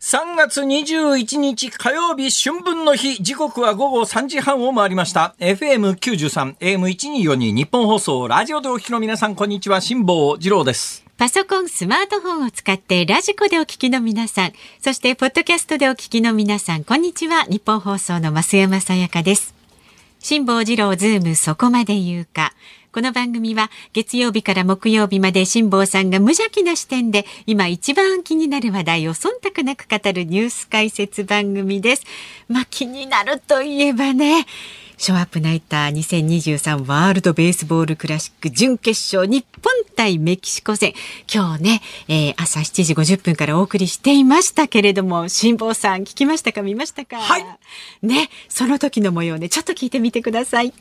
3月21日火曜日春分の日、時刻は午後3時半を回りました。 FM93 AM1242 日本放送ラジオでお聞きの皆さん、こんにちは。辛坊治郎です。 パソコン、スマートフォンを使ってラジコでお聞きの皆さん、そしてポッドキャストでお聞きの皆さん、こんにちは。日本放送の増山さやかです。辛坊治郎ズームそこまで言うか。この番組は月曜日から木曜日まで辛坊さんが無邪気な視点で今一番気になる話題を忖度なく語るニュース解説番組です。気になるといえばね、ショーアップナイター2023ワールドベースボールクラシック準決勝、日本対メキシコ戦、今日ね、朝7時50分からお送りしていましたけれども、辛坊さん聞きましたか、見ましたか？ はいね、その時の模様ね、ちょっと聞いてみてください。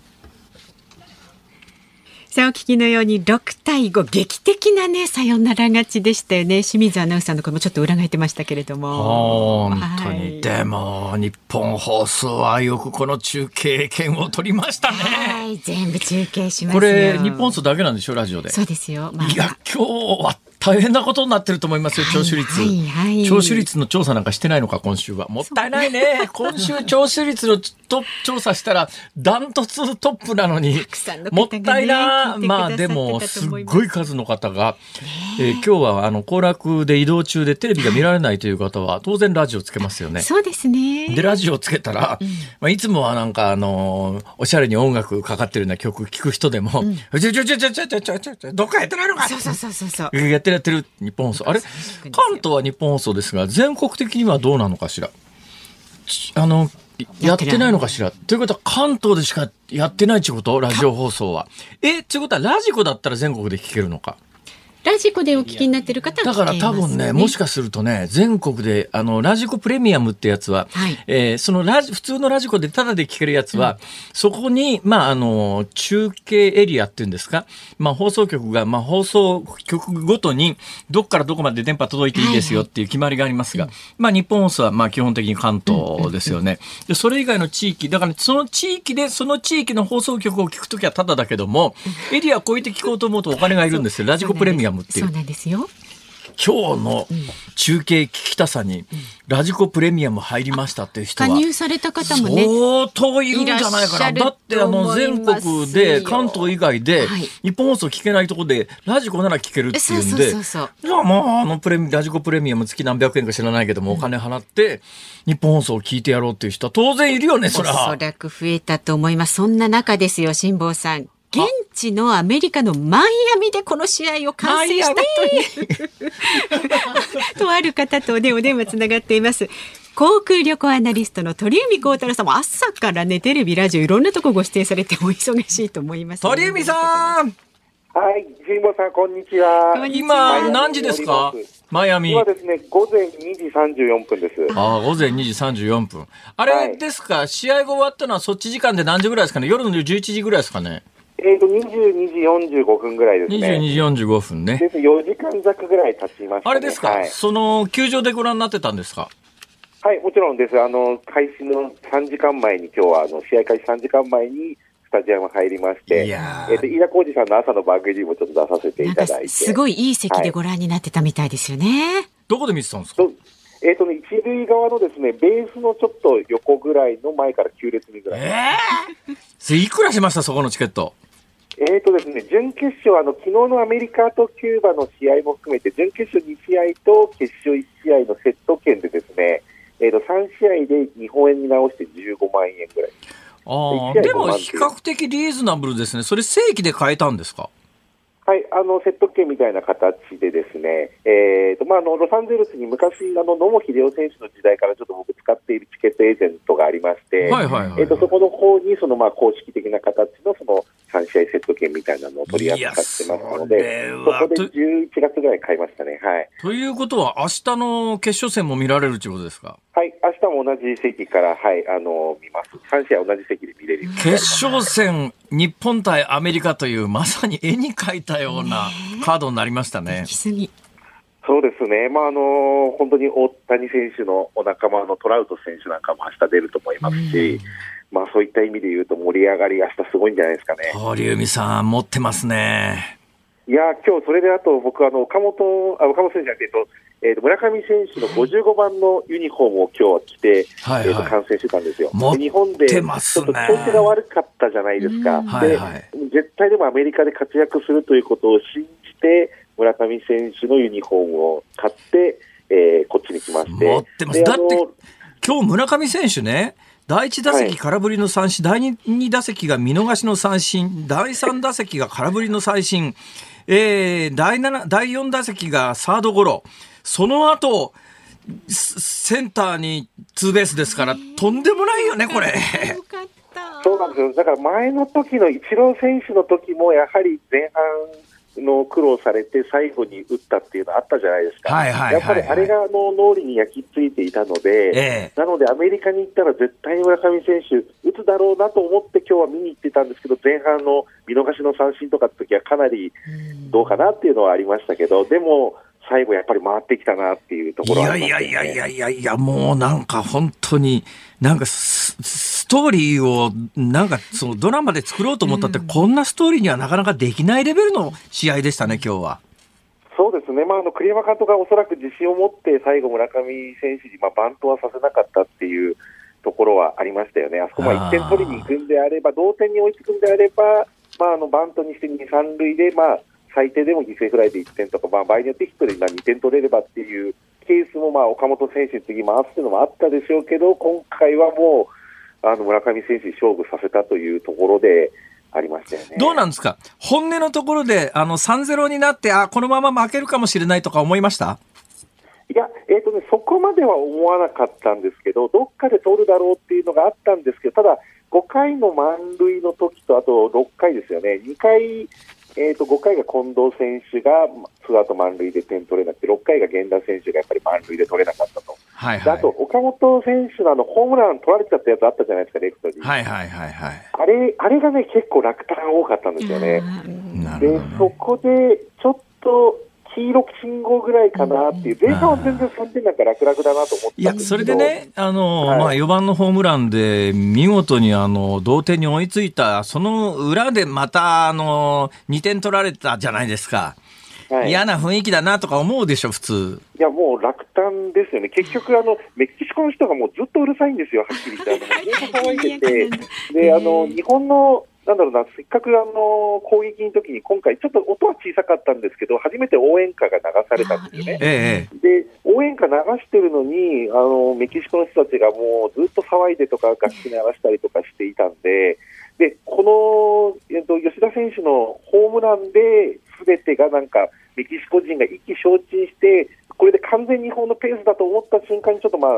さあ、お聞きのように6対5、劇的なね、サヨナラ勝ちでしたよね。清水アナウンサーの声もちょっと裏返ってましたけれども、 本当に、はい、でも日本放送はよくこの中継権を取りましたね。 はい、全部中継しますよ。 これ日本放送だけなんでしょ、ラジオで。 そうですよ、 いや今日は大変なことになってると思いますよ、聴取率、聴取率の調査なんかしてないのか、今週は。もったいないね。今週聴取率の調査したらダントツトップなのに、もったいな。でもすっごい数の方が、今日は行楽で移動中でテレビが見られないという方は当然ラジオつけますよね。 そうですね。 でラジオつけたら、いつもはなんかおしゃれに音楽かかってるような曲聴く人でも、どっかやってないのか、そうやってる日本放送。あれ、関東は日本放送ですが、全国的にはどうなのかしら。やってないのかしら。ということは関東でしかやってないってこと、ラジオ放送は。ということはラジコだったら全国で聞けるのか。 ラジコでお聞きになってる方は聞けますね。 だから多分ね、もしかするとね、全国でラジコプレミアムってやつは、その普通のラジコでタダで聞けるやつは、そこに中継エリアっていうんですか、放送局が放送局ごとにどっからどこまで電波届いていいですよっていう決まりがありますが、日本放送は基本的に関東ですよね。でそれ以外の地域だから、その地域でその地域の放送局を聞くときはタダだけども、エリアを越えて聞こうと思うとお金がいるんですよ。ラジコプレミアム。 そうなんですよ。 今日の中継聞きたさに、ラジコプレミアム入りましたっていう人は加入された方もね、 相当いるんじゃないかな。だって全国で関東以外で日本放送聞けないところでラジコなら聞けるっていうんで、じゃあラジコプレミアム月何百円か知らないけども、お金払って日本放送を聞いてやろうっていう人は当然いるよね。そらおそらく増えたと思います。そんな中ですよ、辛坊さん、現地のアメリカのマイアミでこの試合を観戦したというとある方とね、お電話つながっています。航空旅行アナリストの鳥海高太郎さんも朝からね、テレビラジオいろんなとこご出演されてお忙しいと思います、ね、 鳥海さん。 はい、辛坊さん、こんにちは。 今何時ですか、マイアミ。 今ですね、午前2時34分です。 午前2時34分。あれですか、試合が終わったのはそっち時間で何時ぐらいですかね。夜の11時ぐらいですかね。 22時45分ぐらいですね。 22時45分ね。 です。4時間弱ぐらい経ちましたね。 あれですか、その球場でご覧になってたんですか？ はい、もちろんです。開始の3時間前に、今日は試合開始3時間前にスタジアム入りまして、飯田浩司さんの朝の番組にもちょっと出させていただいて、 すごいいい席でご覧になってたみたいですよね。 どこで見てたんですか？ 一塁側のですね、ベースのちょっと横ぐらいの前から9列目ぐらい。 いくらしました、そこのチケット？ ですね、準決勝、昨日のアメリカとキューバの試合も含めて、準決勝2試合と決勝1試合のセット券でですね、3試合で日本円に直して15万円ぐらい。 でも比較的リーズナブルですね。それ正規で買えたんですか？ はい、セット券みたいな形でですね、ロサンゼルスに昔、野茂英雄選手の時代からちょっと僕使っているチケットエージェントがありまして、そこの方に公式的な形のその3試合セット券みたいなのを取り扱ってますので、そこで11月ぐらい買いましたね。はい。 ということは明日の決勝戦も見られるということですか？ はい、明日も同じ席から、見ます。3試合同じ席で見れる。 決勝戦、日本対アメリカというまさに絵に描いたようなカードになりましたね。 そうですね。本当に大谷選手のお仲間のトラウト選手なんかも明日出ると思いますし、そういった意味で言うと盛り上がり明日すごいんじゃないですかね。 鳥海さん持ってますね。 いや今日それであと僕岡本選手じゃなくて村上選手の55番のユニフォームを今日は着て、観戦してたんですよ。で日本でちょっと調子が悪かったじゃないですか。で、絶対でもアメリカで活躍するということを信じて村上選手のユニフォームを買って、こっちに来まして。 持ってます。だって今日村上選手ね、第1打席空振りの三振、第2打席が見逃しの三振、第3打席が空振りの三振、第4打席がサードゴロ、その後センターにツーベースですから、とんでもないよねこれ。 そうなんですよ。だから前の時のイチロー選手の時もやはり前半の苦労されて最後に打ったっていうのあったじゃないですか。やっぱりあれが脳裏に焼き付いていたので、なのでアメリカに行ったら絶対に村上選手打つだろうなと思って今日は見に行ってたんですけど、前半の見逃しの三振とかって時はかなりどうかなっていうのはありましたけど、でも最後やっぱり回ってきたなっていうところはありましたね。 いやもうなんか本当になんかストーリーをなんかそのドラマで作ろうと思ったって、こんなストーリーにはなかなかできないレベルの試合でしたね今日は。 そうですね。栗山監督がおそらく自信を持って最後村上選手にバントはさせなかったっていうところはありましたよね。あそこ1点取りに行くんであれば、同点に追いつくんであれば、バントにして2、3塁で最低でも犠牲フライで1点とか、場合によってヒットで2点取れればっていうケースも岡本選手に次回すっていうのもあったでしょうけど、今回はもう村上選手に勝負させたというところでありましたよね。 どうなんですか、本音のところで3-0になってこのまま負けるかもしれないとか思いました？ いや、そこまでは思わなかったんですけど、どっかで取るだろうっていうのがあったんですけど、ただ5回の満塁の時とあと6回ですよね。2回5回が近藤選手が2アウト満塁で点取れなくて、6回が源田選手がやっぱり満塁で取れなかったと。あと岡本選手のホームラン取られちゃったやつあったじゃないですか、レフトに。あれがね結構落胆多かったんですよね。でそこでちょっと黄色信号ぐらいかなっていう、前半は全然3点なんか楽々だなと思ってたんですけど、いやそれでね4番のホームランで見事に同点に追いついた、その裏でまた2点取られたじゃないですか。嫌な雰囲気だなとか思うでしょ普通。いやもう落胆ですよね。結局メキシコの人がもうずっとうるさいんですよ、はっきり言って。ずっと騒いでてで日本のせっかく攻撃の時に今回ちょっと音は小さかったんですけど、初めて応援歌が流されたんですよね。で応援歌流してるのにメキシコの人たちがもうずっと騒いでとか楽器鳴らしたりとかしていたんで、この、吉田選手のホームランで全てがなんかメキシコ人が意気消沈して、これで完全に日本のペースだと思った瞬間にちょっと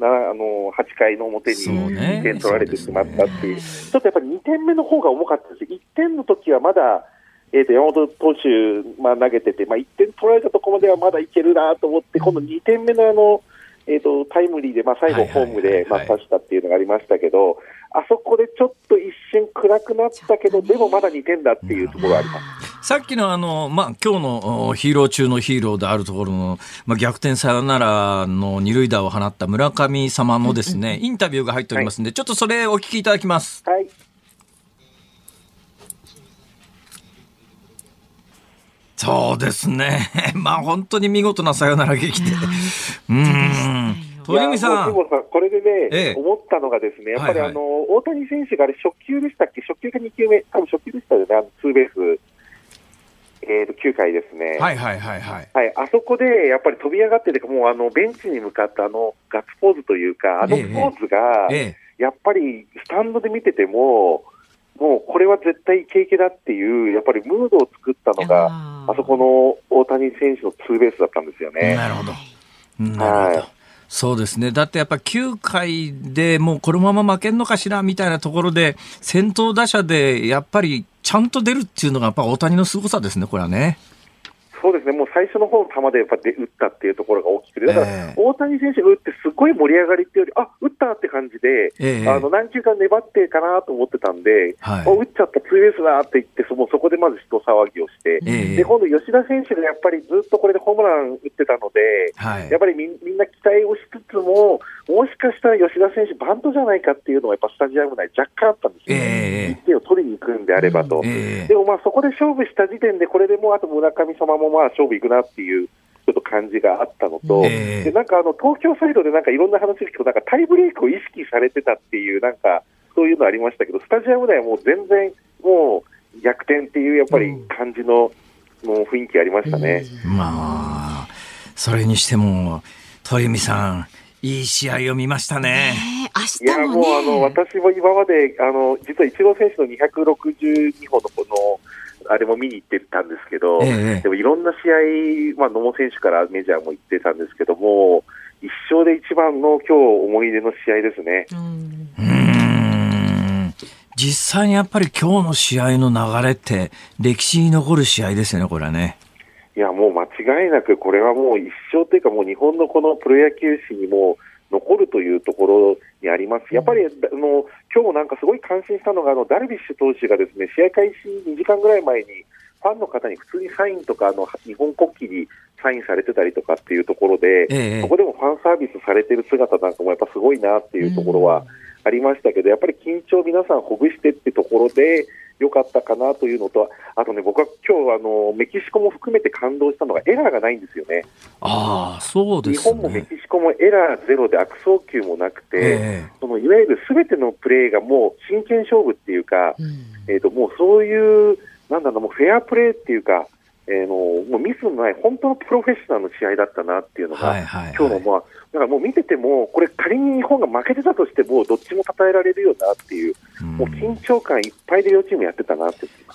8回の表に2点取られてしまったっていう、ちょっとやっぱり2点目の方が重かったです。1点の時はまだ、山本投手、投げてて、1点取られたところまではまだいけるなと思って、今度2点目のタイムリーで、最後ホームで刺したっていうのがありましたけど、あそこでちょっと一瞬暗くなったけど、でもまだ2点だっていうところがあります。 さっきの今日のヒーロー中のヒーローであるところの、逆転サヨナラの二塁打を放った村上様のですね、インタビューが入っておりますので、ちょっとそれお聞きいただきます。 はい。 そうですね。本当に見事なサヨナラ劇で。鳥海さん。 これでね、思ったのがですね、やっぱり大谷選手が初球でしたっけ、初球か2球目、多分初球でしたよね、ツーベース。9回ですね。あそこでやっぱり飛び上がってて、もうベンチに向かったガッツポーズというか、ポーズが、やっぱりスタンドで見てても、もうこれは絶対イケイケだっていう、やっぱりムードを作ったのが、あそこの大谷選手のツーベースだったんですよね。 なるほど。そうですね。だってやっぱ9回でもうこのまま負けんのかしらみたいなところで、先頭打者でやっぱりちゃんと出るっていうのがやっぱ大谷の凄さですね、これはね。 そうですね、もう最初の方の球でやっぱ打ったっていうところが大きくて、だから大谷選手が打ってすごい盛り上がりっていうより、打ったって感じで、何球か粘ってかなと思ってたんで、打っちゃったツーベースだって言って、そこでまず一騒ぎをして、で今度吉田選手がやっぱりずっとこれでホームラン打ってたので、やっぱりみんな期待をしつつも、もしかしたら吉田選手バントじゃないかっていうのがやっぱスタジアム内若干あったんですよ。1点を取りに行くんであればと。でもそこで勝負した時点で、これでもうあと村上様も勝負いくなっていうょっと感じがあったのと、でなんか東京サイドでなんかいろんな話聞くと、なんかタイブレークを意識されてたっていう、なんかそういうのありましたけど、スタジアム内はもう全然もう逆転っていうやっぱり感じの、もう雰囲気ありましたね。 まあそれにしても鳥海さん、いい試合を見ましたね。 明日もね。 いやもう私も今まで実はイチロー選手の262本のこのあれも見に行ってたんですけど、でもいろんな試合、野茂選手からメジャーも行ってたんですけども、一生で一番の今日思い出の試合ですね。 実際にやっぱり今日の試合の流れって歴史に残る試合ですよね、これはね。 いやもう間違いなくこれはもう一生というか、もう日本のこのプロ野球史にも残るというところにあります。やっぱり今日もなんかすごい感心したのが、ダルビッシュ投手がですね、試合開始2時間ぐらい前にファンの方に普通にサインとか日本国旗にサインされてたりとかっていうところで、そこでもファンサービスされてる姿なんかもやっぱすごいなっていうところはありましたけど、やっぱり緊張皆さんほぐしてってところで良かったかなというのと、あとね、僕は今日メキシコも含めて感動したのがエラーがないんですよね。 そうですね。 日本もメキシコもエラーゼロで悪送球もなくて、いわゆるすべてのプレーがもう真剣勝負っていうか、もうそういうもうフェアプレーっていうか、もうミスのない本当のプロフェッショナルの試合だったなっていうのが、今日のだからもう見てても、これ仮に日本が負けてたとしてもどっちも称えられるよなっていう、もう緊張感いっぱいで両チームやってたなって思います、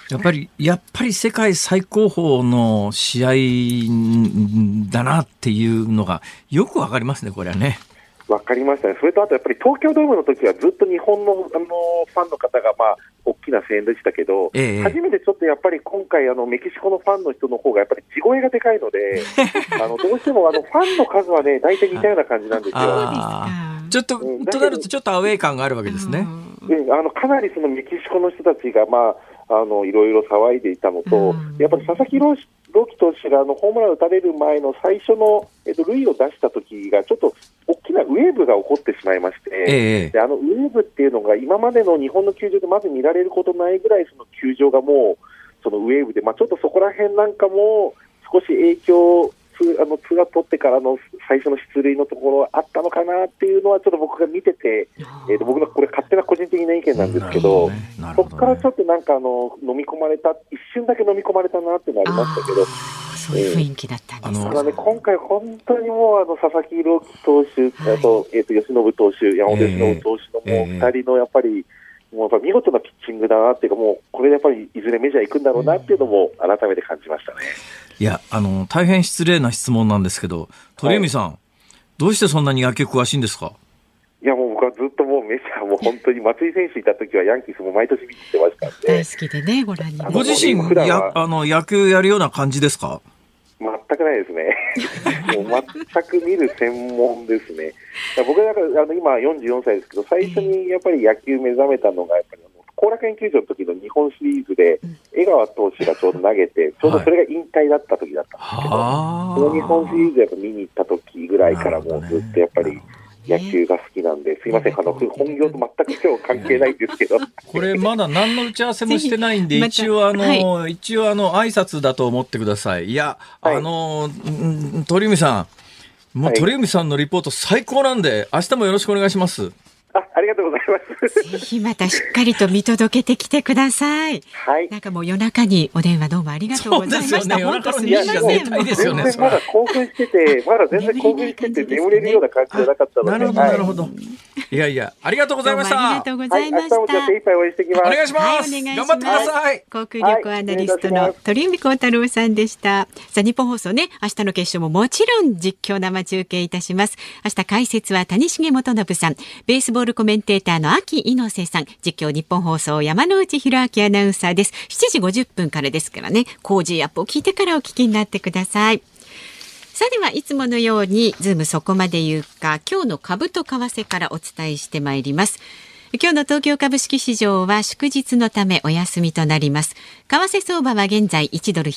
やっぱり世界最高峰の試合だなっていうのがよくわかりますね、これはね。 わかりましたね。それとあとやっぱり東京ドームの時はずっと日本のファンの方が大きな声援でしたけど、初めてちょっとやっぱり今回メキシコのファンの人の方がやっぱり地声がでかいのでどうしてもファンの数はね大体似たような感じなんですよ。 ちょっととなるとちょっとアウェー感があるわけですね。 かなりそのメキシコの人たちがいろいろ騒いでいたのと、やっぱり佐々木朗希投手がホームラン打たれる前の最初の塁を出した時がちょっと大きなウェーブが起こってしまいまして、でウェーブっていうのが今までの日本の球場でまず見られることないぐらい、その球場がもうそのウェーブで、ちょっとそこら辺なんかも少し影響ツーが取ってからの最初の出塁のところはあったのかなっていうのはちょっと僕が見てて、僕のこれ勝手な個人的な意見なんですけど、そこからちょっとなんか飲み込まれた、一瞬だけ飲み込まれたなっていうのありましたけど、 そういう雰囲気だったんですか。 今回本当にもう佐々木朗希投手、あと由伸投手、山本由伸投手のもう2人のやっぱりもう見事なピッチングだなっていうか、もうこれでやっぱりいずれメジャー行くんだろうなっていうのも改めて感じましたね。 いや大変失礼な質問なんですけど、鳥海さん、どうしてそんなに野球詳しいんですか？ いやもう僕はずっともうメジャーも本当に松井選手いた時はヤンキースも毎年見に行ってましたんで。 大好きでね、ご覧に。 ご自身野球やるような感じですか？ 全くないですね。もう全く見る専門ですね。僕は今44歳ですけど、最初にやっぱり野球目覚めたのがやっぱり後楽園球場の時の日本シリーズで江川投手がちょうど投げて、ちょうどそれが引退だった時だったんですけど、その日本シリーズやっぱ見に行った時ぐらいからもうずっとやっぱり野球が好きなんで、すいません、本業と全く今日関係ないんですけどこれまだ何の打ち合わせもしてないんで、一応挨拶だと思ってください。いや、鳥海さん、もう鳥海さんのリポート最高なんで、明日もよろしくお願いします。 ありがとうございます。 ぜひまたしっかりと見届けてきてください。なんかもう夜中にお電話どうもありがとうございました。 本当すみません。 全然まだ興奮してて、眠れるような感じじゃなかったので。 なるほど。いやいや、ありがとうございました。 ありがとうございました。 明日も精一杯応援してきます。 お願いします。頑張ってください。 航空旅行アナリストの鳥海高太郎さんでした。さあ、日本放送ね、明日の決勝ももちろん実況生中継いたします。明日解説は谷重元信さん、ベースボールコメンテーターの秋猪瀬さん、実況日本放送山内弘明アナウンサーです。7時50分からですからね、コージーアップを聞いてからお聞きになってください。さあではいつものようにズームそこまで言うか、今日の株と為替からお伝えしてまいります。今日の東京株式市場は祝日のためお休みとなります。為替相場は現在1ドル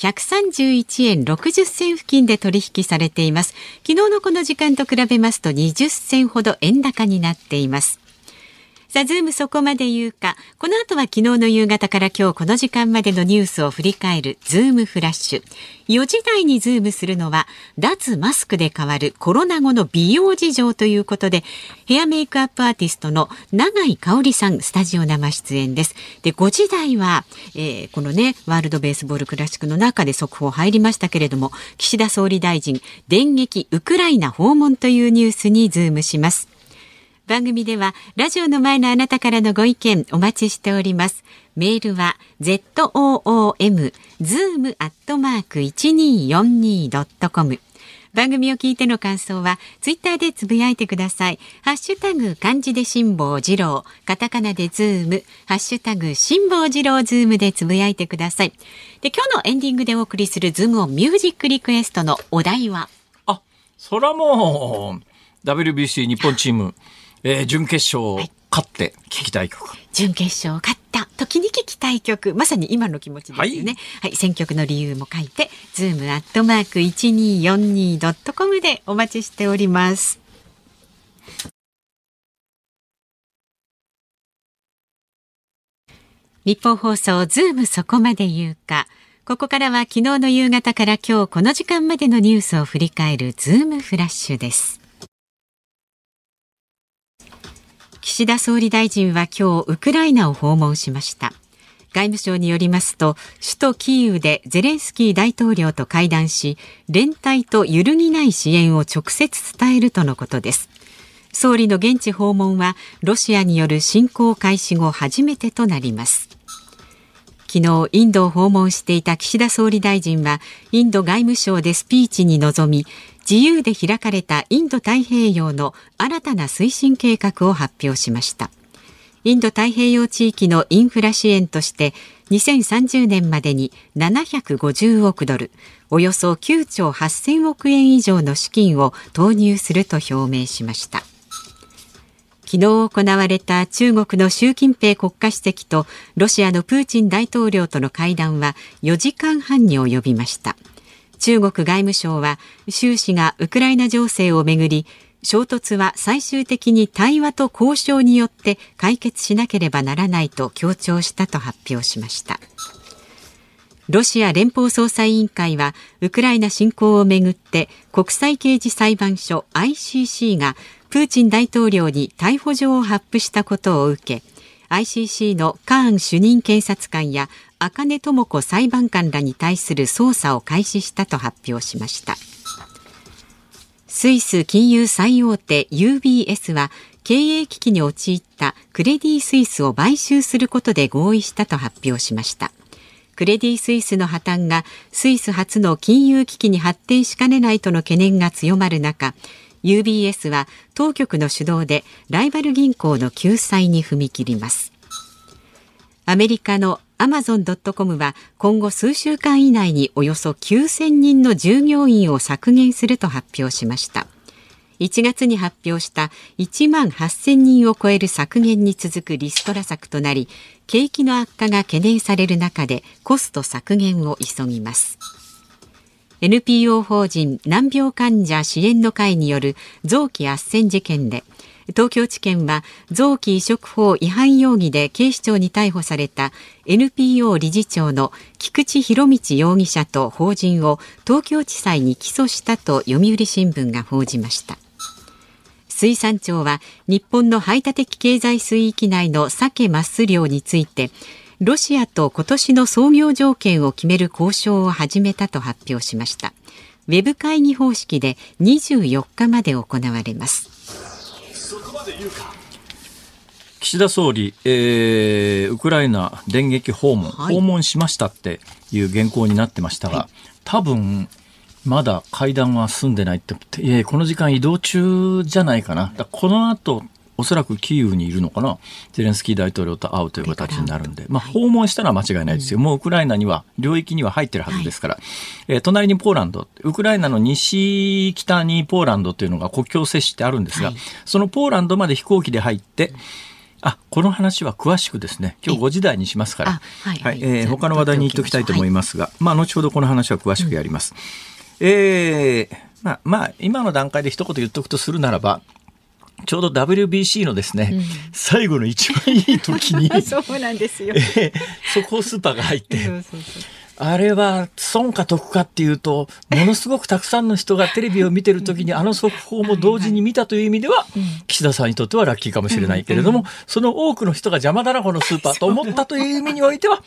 131円60銭付近で取引されています。昨日のこの時間と比べますと20銭ほど円高になっています。 さあ、ズームそこまで言うか。この後は昨日の夕方から今日この時間までのニュースを振り返るズームフラッシュ。4時台にズームするのは脱マスクで変わるコロナ後の美容事情ということで、ヘアメイクアップアーティストの永井香織さんスタジオ生出演です。で、5時台は、このねワールドベースボールクラシックの中で速報入りましたけれども、岸田総理大臣電撃ウクライナ訪問というニュースにズームします。番組ではラジオの前のあなたからのご意見お待ちしております。メールは zoom@1242.com。番組を聞いての感想はツイッターでつぶやいてください。ハッシュタグ漢字で辛坊治郎、カタカナでズーム、ハッシュタグ辛坊治郎ズームでつぶやいてください。で、今日のエンディングでお送りするズームオンミュージックリクエストのお題は、 そらもう WBC 日本チーム、準決勝勝って聴きたい曲、 準決勝勝った時に聴きたい曲、まさに今の気持ちですよね。はい、選曲の理由も書いて zoom@1242.com でお待ちしております。日本放送ズームそこまで言うか。ここからは昨日の夕方から今日この時間までのニュースを振り返るズームフラッシュです。岸田総理大臣は今日ウクライナを訪問しました。外務省によりますと、首都キーウでゼレンスキー大統領と会談し、連帯と揺るぎない支援を直接伝えるとのことです。総理の現地訪問はロシアによる侵攻開始後初めてとなります。昨日インドを訪問していた岸田総理大臣はインド外務省でスピーチに臨み、自由で開かれたインド太平洋の新たな推進計画を発表しました。インド太平洋地域のインフラ支援として2030年までに750億ドル、およそ9兆8000億円以上の資金を投入すると表明しました。昨日行われた中国の習近平国家主席とロシアのプーチン大統領との会談は4時間半に及びました。中国外務省は習氏がウクライナ情勢をめぐり、衝突は最終的に対話と交渉によって解決しなければならないと強調したと発表しました。ロシア連邦捜査委員会はウクライナ侵攻をめぐって国際刑事裁判所 ICC がプーチン大統領に逮捕状を発布したことを受け、ICC のカーン主任検察官や赤根智子裁判官らに対する捜査を開始したと発表しました。スイス金融最大手 UBS は経営危機に陥ったクレディ・スイスを買収することで合意したと発表しました。クレディ・スイスの破綻がスイス初の金融危機に発展しかねないとの懸念が強まる中、UBS は当局の主導でライバル銀行の救済に踏み切ります。アメリカのAmazon.com は今後数週間以内におよそ9000人の従業員を削減すると発表しました。1月に発表した1万8000人を超える削減に続くリストラ策となり、景気の悪化が懸念される中でコスト削減を急ぎます。NPO 法人難病患者支援の会による臓器斡旋事件で、東京地検は臓器移植法違反容疑で警視庁に逮捕された NPO 理事長の菊池仁達容疑者と法人を東京地裁に起訴したと読売新聞が報じました。水産庁は日本の排他的経済水域内の鮭マス漁について、ロシアと今年の操業条件を決める交渉を始めたと発表しました。ウェブ会議方式で24日まで行われます。 岸田総理、ウクライナ電撃訪問しましたっていう原稿になってましたが、多分まだ会談は済んでないって、この時間移動中じゃないかな。この後おそらくキーウにいるのかな。ゼレンスキー大統領と会うという形になるんで、訪問したのは間違いないですよ。もうウクライナには領域には入ってるはずですから、隣にポーランド、ウクライナの西北にポーランドというのが国境接してあるんですが、そのポーランドまで飛行機で入って、この話は詳しくですね、今日5時台にしますから、他の話題に行っておきたいと思いますが、後ほどこの話は詳しくやります。今の段階で一言言っておくとするならば、 ちょうど WBC のですね、最後の一番いい時にそうなんですよ、 速報スーパーが入ってあれは損か得かっていうと、ものすごくたくさんの人がテレビを見てる時に速報も同時に見たという意味では、岸田さんにとってはラッキーかもしれないけれども、その多くの人が邪魔だなこのスーパーと思ったという意味においては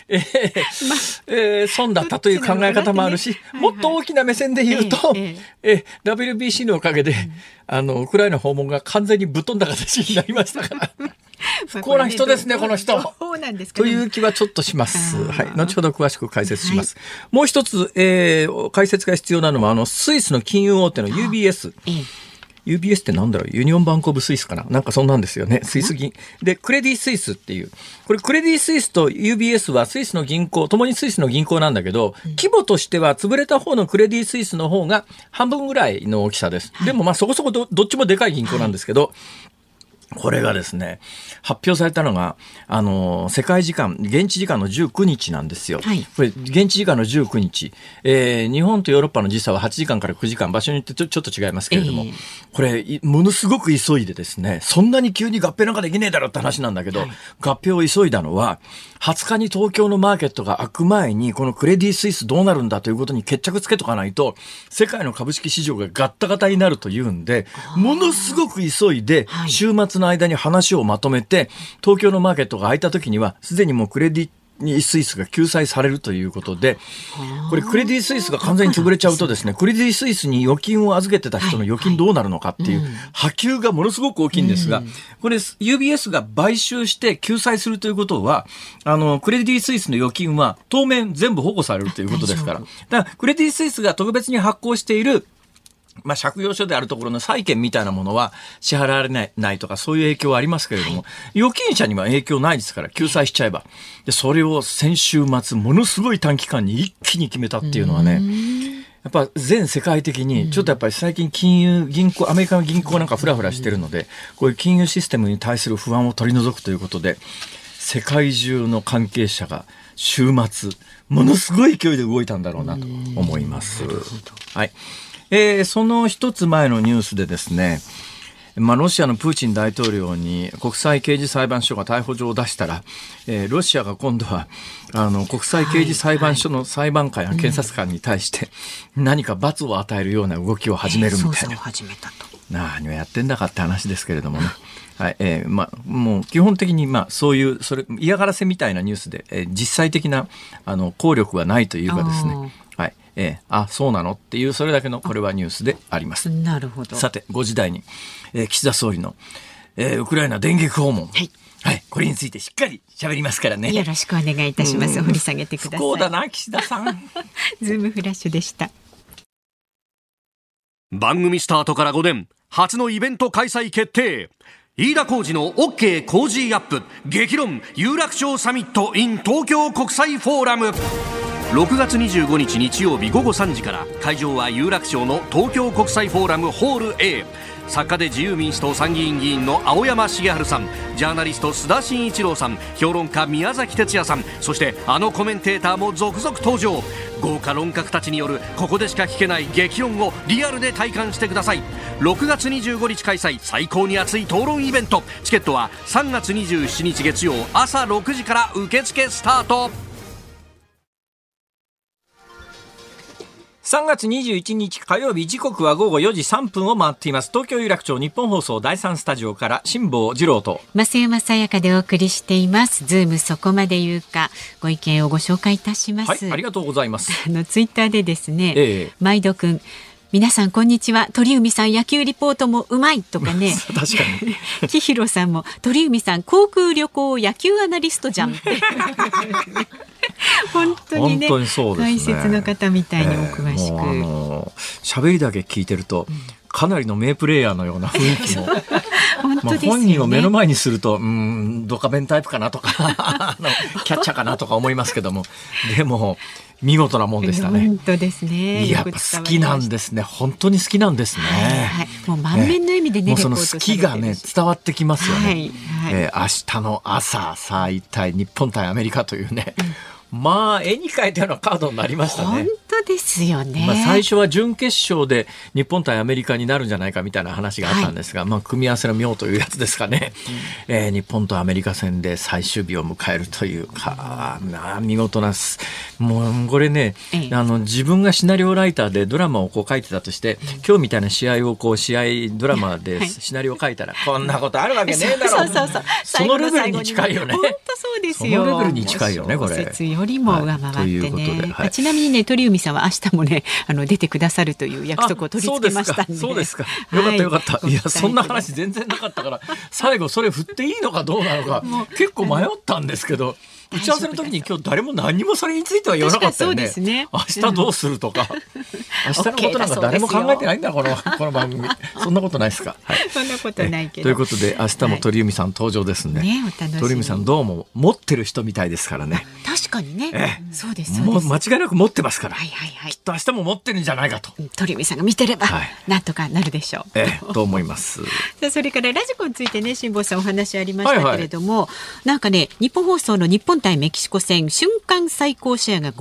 損だったという考え方もあるし、もっと大きな目線で言うと、WBC のおかげでウクライナ訪問が完全にぶっ飛んだ形になりましたから不幸な人ですねこの人という気はちょっとします。はい、後ほど詳しく解説します。もう一つ、解説が必要なのはスイスの金融大手の UBS、UBS ってなんだろう、ユニオンバンクオブスイスかな、なんかそんなんですよね。スイス銀でクレディスイスっていう、これクレディスイスと UBS はスイスの銀行、ともにスイスの銀行なんだけど、規模としては潰れた方のクレディスイスの方が半分ぐらいの大きさです。でもそこそこ どっちもでかい銀行なんですけど、これがですね、発表されたのが世界時間現地時間の19日なんですよ、これ現地時間の19日、日本とヨーロッパの時差は8時間から9時間、場所によってちょっと違いますけれども、これものすごく急いでですね、そんなに急に合併なんかできねえだろって話なんだけど、合併を急いだのは20日に東京のマーケットが開く前にこのクレディスイスどうなるんだということに決着つけとかないと世界の株式市場がガッタガタになるというんで、ものすごく急いで週末の間に話をまとめて、東京のマーケットが開いた時にはすでにもうクレディスイスが救済されるということで、これクレディスイスが完全に潰れちゃうとですね、クレディスイスに預金を預けてた人の預金どうなるのかっていう波及がものすごく大きいんですが、これ UBS が買収して救済するということは、クレディスイスの預金は当面全部保護されるということですから、だからクレディスイスが特別に発行している借用書であるところの債券みたいなものは支払われないとか、そういう影響はありますけれども、預金者には影響ないですから救済しちゃえば。でそれを先週末ものすごい短期間に一気に決めたっていうのはね、やっぱ全世界的にちょっとやっぱり最近銀行、アメリカの銀行なんかフラフラしてるので、こういう金融システムに対する不安を取り除くということで、世界中の関係者が週末ものすごい勢いで動いたんだろうなと思います。はい。その一つ前のニュースでですね、ロシアのプーチン大統領に国際刑事裁判所が逮捕状を出したら、ロシアが今度は国際刑事裁判所の裁判官や検察官に対して何か罰を与えるような動きを始めるみたいな、何をやってんだかって話ですけれどもね。はい、もう基本的にそういう嫌がらせみたいなニュースで、実際的な効力はないというかですね、はい、そうなのっていう、それだけのこれはニュースであります。 なるほど。 さて5時台に、岸田総理の、ウクライナ電撃訪問、はい、これについてしっかり喋りますからね。 よろしくお願いいたします。掘り下げてください。 不幸だな岸田さんズームフラッシュでした。 番組スタートから5年初のイベント開催決定。飯田浩司の OK 工事アップ激論有楽町サミット in 東京国際フォーラム。6月25日日曜日午後3時から、会場は有楽町の東京国際フォーラムホール A。 作家で自由民主党参議院議員の青山茂春さん、ジャーナリスト須田慎一郎さん、評論家宮崎哲也さん、そしてコメンテーターも続々登場。豪華論客たちによるここでしか聞けない激論をリアルで体感してください。6月25日開催、最高に熱い討論イベント。チケットは3月27日月曜朝6時から受付スタート。 3月21日火曜日、時刻は午後4時3分を回っています。東京有楽町日本放送第3スタジオから辛坊治郎と増山さやかでお送りしています。ズームそこまで言うか、ご意見をご紹介いたします。 はい、ありがとうございます。 ツイッターでですね、毎度くん、皆さんこんにちは、鳥海さん野球リポートもうまいとかね確かに木広さんも、鳥海さん航空旅行野球アナリストじゃんって本当にね、 そうですね、 解説の方みたいにお詳しく、 喋りだけ聞いてると、かなりの名プレイヤーのような雰囲気も本当ですよね。 本人を目の前にするとドカベンタイプかなとかキャッチャーかなとか思いますけども、でも見事なもんでしたね。 本当ですね。 やっぱ好きなんですね。本当に好きなんですね。 はい、もう満面の笑みでね、 もうその好きがね伝わってきますよね。 はいはい、 明日の朝さあ一体日本対アメリカというね、 まあ絵に描いたようなカードになりましたね。 本当ですよね。 最初は準決勝で日本対アメリカになるんじゃないかみたいな話があったんですが、組み合わせの妙というやつですかね。日本とアメリカ戦で最終日を迎えるというか、見事なもうこれね、自分がシナリオライターでドラマをこう書いてたとして、今日みたいな試合をこう試合ドラマでシナリオ書いたら、こんなことあるわけねえだろう。そのレベルに近いよね。 本当そうですよ。 そのレベルに近いよねこれ。 小説よりも上回ってね。ちなみにね、鳥海さんは明日もね出てくださるという約束を取り付けましたんで。 そうですか。よかったよかった。いやそんな話全然なかったから最後それ振っていいのかどうなのか結構迷ったんですけど。打ち合わせの時に今日誰も何もそれについては言わなかったよね。そうですね。明日どうするとか、明日のことなんか誰も考えてないんだこの番組。そんなことないですか。 そんなことないけど。 ということで明日も鳥海さん登場ですね。鳥海さんどうも持ってる人みたいですからね。 確かにね。そうです。 もう間違いなく持ってますから。きっと明日も持ってるんじゃないかと。 鳥海さんが見てればなんとかなるでしょう。と思います。 それからラジコについてね、辛坊さんお話ありましたけれども、なんかね、日本放送の日本対メキシコ戦瞬間最高シェアが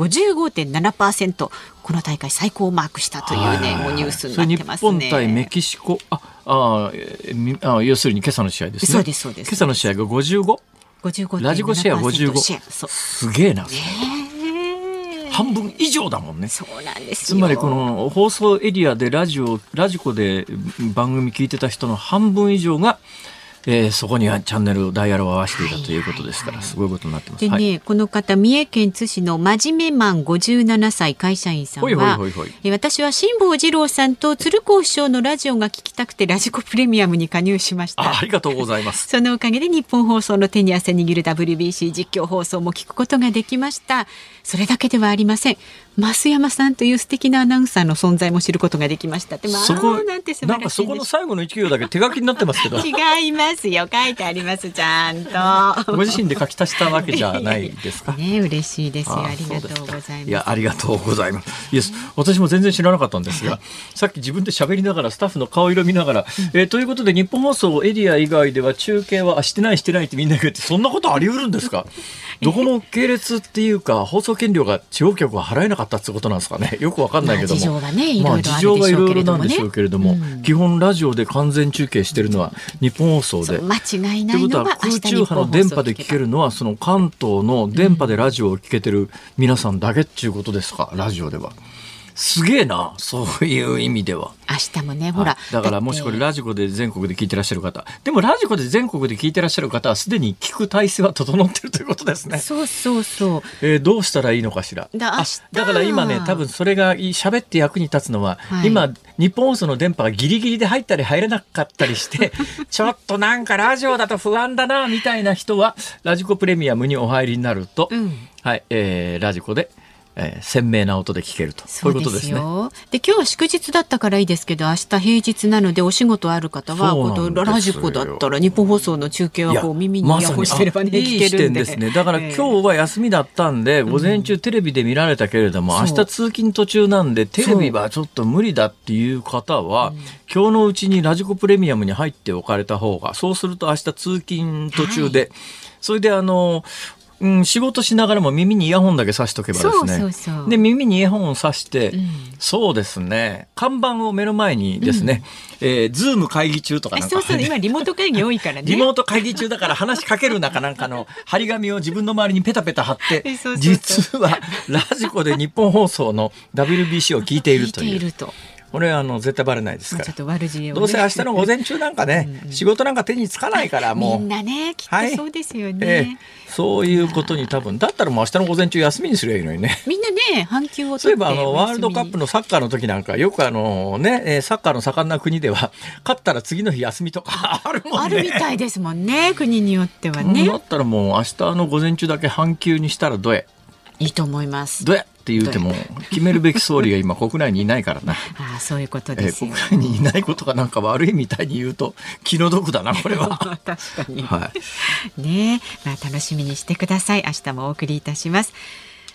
55.7%、 この大会最高をマークしたというね、もうニュースになってますね。 日本対メキシコ、要するに今朝の試合ですね。 そうですそうです。 今朝の試合が 55？ ラジコシェア 55。 すげえな。半分以上だもんね。 そうなんですよ。つまりこの放送エリアでラジコで番組聞いてた人の半分以上がそこにはチャンネルダイヤルを合わせていたということですから、すごいことになってます。 でね、この方、三重県津市の真面目マン57歳会社員さんは、私は辛坊治郎さんと鶴光師匠のラジオが聞きたくてラジコプレミアムに加入しました。 ありがとうございます。 そのおかげで日本放送の手に汗握る WBC 実況放送も聞くことができました。それだけではありません。増山さんという素敵なアナウンサーの存在も知ることができましたって。 そこなんかそこの最後の1行だけ手書きになってますけど。 違いますよ、書いてあります、ちゃんと。 ご自身で書き足したわけじゃないですか。 ね、嬉しいですよ。ありがとうございます。 いや、ありがとうございます。いや、私も全然知らなかったんですが、さっき自分で喋りながらスタッフの顔色見ながら、ということで日本放送エリア以外では中継はしてないってみんな言って、そんなことあり得るんですか。どこの系列っていうか放送権料が地方局は払えなかったってことなんですかね。よくわかんないけども、 事情はね、いろいろあるでし事情がいろいろょうなんでしょうけれども、基本ラジオで完全中継してるのは日本放送で、 間違いないのは空中波の電波で聞けるのはその関東の電波でラジオを聞けてる皆さんだけっていうことですか。ラジオではすげえな、そういう意味では。 明日もね、ほら、 だからもしこれラジコで全国で聞いてらっしゃる方、でもラジコで全国で聞いてらっしゃる方はすでに聞く体制は整ってるということですね。 そうそうそう。 どうしたらいいのかしら。だから今ね、多分それが喋って役に立つのは、今日本放送の電波がギリギリで入ったり入らなかったりしてちょっとなんかラジオだと不安だなみたいな人はラジコプレミアムにお入りになると、ラジコで鮮明な音で聞けると、こういうことですね。で、 今日は祝日だったからいいですけど、明日平日なのでお仕事ある方はラジコだったら日本放送の中継はこう耳にイヤホンしてればね、聞けるんで。いい視点ですね。だから今日は休みだったんで、午前中テレビで見られたけれども、明日通勤途中なんでテレビはちょっと無理だっていう方は、今日のうちにラジコプレミアムに入っておかれた方が、そうすると明日通勤途中で、それで仕事しながらも耳にイヤホンだけ挿しとけばですね。で、耳にイヤホンを挿して、そうですね、看板を目の前にですね、ズーム会議中とかなんか、 そう今リモート会議多いからね。 リモート会議中だから話しかける中なんかの張り紙を自分の周りにペタペタ貼って実はラジコで日本放送の WBC を聞いているという。これは絶対バレないですから。どうせ明日の午前中なんかね、仕事なんか手につかないからもう。 みんなね、きっとそうですよね。 そういうことに多分、だったらもう明日の午前中休みにすればいいのにね。 みんなね、半休を取って。 そういえばワールドカップのサッカーの時なんか、よくサッカーの盛んな国では、勝ったら次の日休みとかあるもんね。 あるみたいですもんね、国によってはね。 だったらもう明日の午前中だけ半休にしたらどうや。 いいと思います。 どうやって言うても決めるべき総理が今国内にいないからな。 そういうことですよ、 国内にいないことがなんか悪いみたいに言うと気の毒だなこれは。 確かに、ね、楽しみにしてください。明日もお送りいたします。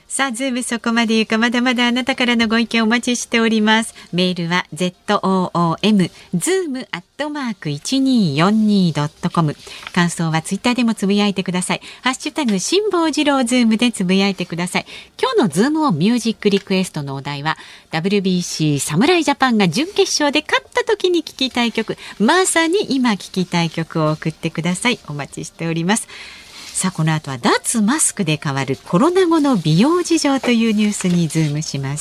さあ、ズームそこまで言うか、まだまだあなたからのご意見お待ちしております。メールは zoom@1242.com。感想はツイッターでもつぶやいてください。ハッシュタグ辛坊治郎ズームでつぶやいてください。今日のズームオンミュージックリクエストのお題は WBC 侍ジャパンが準決勝で勝った時に聴きたい曲、まさに今聴きたい曲を送ってください。お待ちしております。さあ、この後は脱マスクで変わるコロナ後の美容事情というニュースにズームします。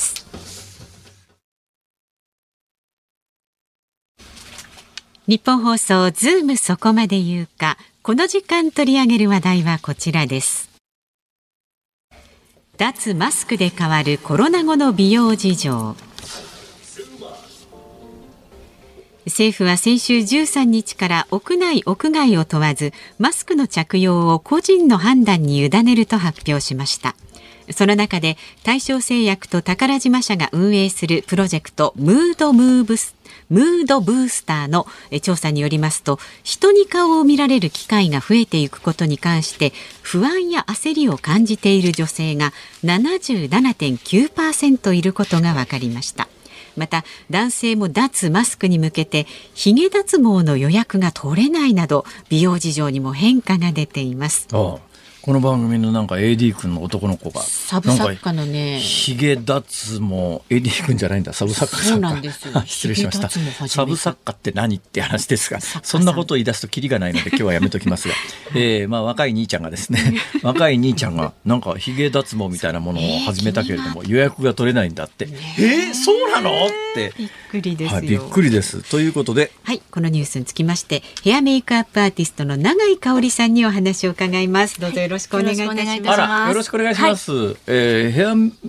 日本放送ズームそこまで言うか。この時間取り上げる話題はこちらです。脱マスクで変わるコロナ後の美容事情。政府は先週13日から屋内屋外を問わずマスクの着用を個人の判断に委ねると発表しました。その中で大正製薬と宝島社が運営するプロジェクトムードブースターの調査によりますと、人に顔を見られる機会が増えていくことに関して不安や焦りを感じている女性が 77.9% いることが分かりました。また男性も脱マスクに向けてヒゲ脱毛の予約が取れないなど美容事情にも変化が出ています。 この番組のなんか AD 君の男の子がサブ作家のね、 ヒゲ脱毛 AD 君じゃないんだ、サブ作家さんか。 そうなんですよ失礼しました。サブ作家って何って話ですが、そんなことを言い出すとキリがないので今日はやめときますが、若い兄ちゃんがですね若い兄ちゃんがなんかヒゲ脱毛みたいなものを始めたけれども、予約が取れないんだって、そうなのってびっくりですよ、 びっくりです。ということで、 はい、このニュースにつきましてヘアメイクアップアーティストの永井香織さんにお話を伺います。どうぞよろしくお願いいたします。 よろしくお願いします。ヘアメ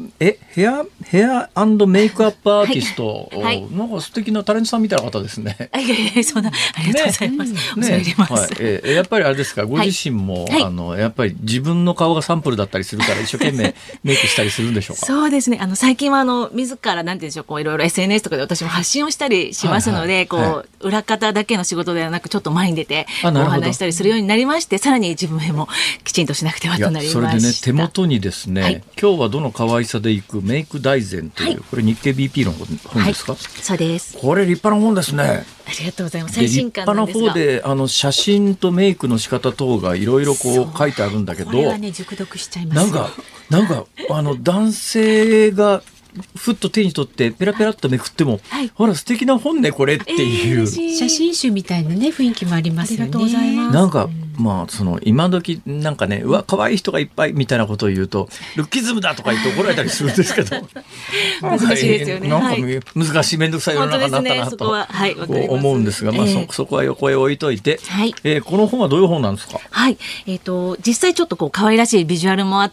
イクアップアーティスト、なんか素敵なタレントさんみたいな方ですね。 そんな、ありがとうございます。 やっぱりあれですか、ご自身も、やっぱり自分の顔がサンプルだったりするから一生懸命メイクしたりするんでしょうか。 そうですね。最近は自らなんていうんでしょう、こういろいろ SNS とかで私も発信をしたりしますので、裏方だけの仕事ではなくちょっと前に出てお話したりするようになりまして、さらに自分もきちんとしなくてはとなりました。 それでね、手元にですね、今日はどの可愛さでいくメイク大全という、これ日経 BP の本ですか。 そうです。 これ立派な本ですね。 ありがとうございます。最新刊なんですが、 立派な方で写真とメイクの仕方等がいろいろこう書いてあるんだけど、これはね、熟読しちゃいます。 なんか男性がふっと手に取ってペラペラっとめくっても、ほら素敵な本ねこれっていう、 写真集みたいなね雰囲気もありますよね。 ありがとうございます。 なんかその今時なんかね、うわ可愛い人がいっぱいみたいなことを言うとルッキズムだとか言って怒られたりするんですけど難しいですよね。 なんか難しい面倒くさい世の中になったなと思うんですが、そこは横へ置いといて、この本はどういう本なんですか。 実際ちょっとこう可愛らしいビジュアルもあって、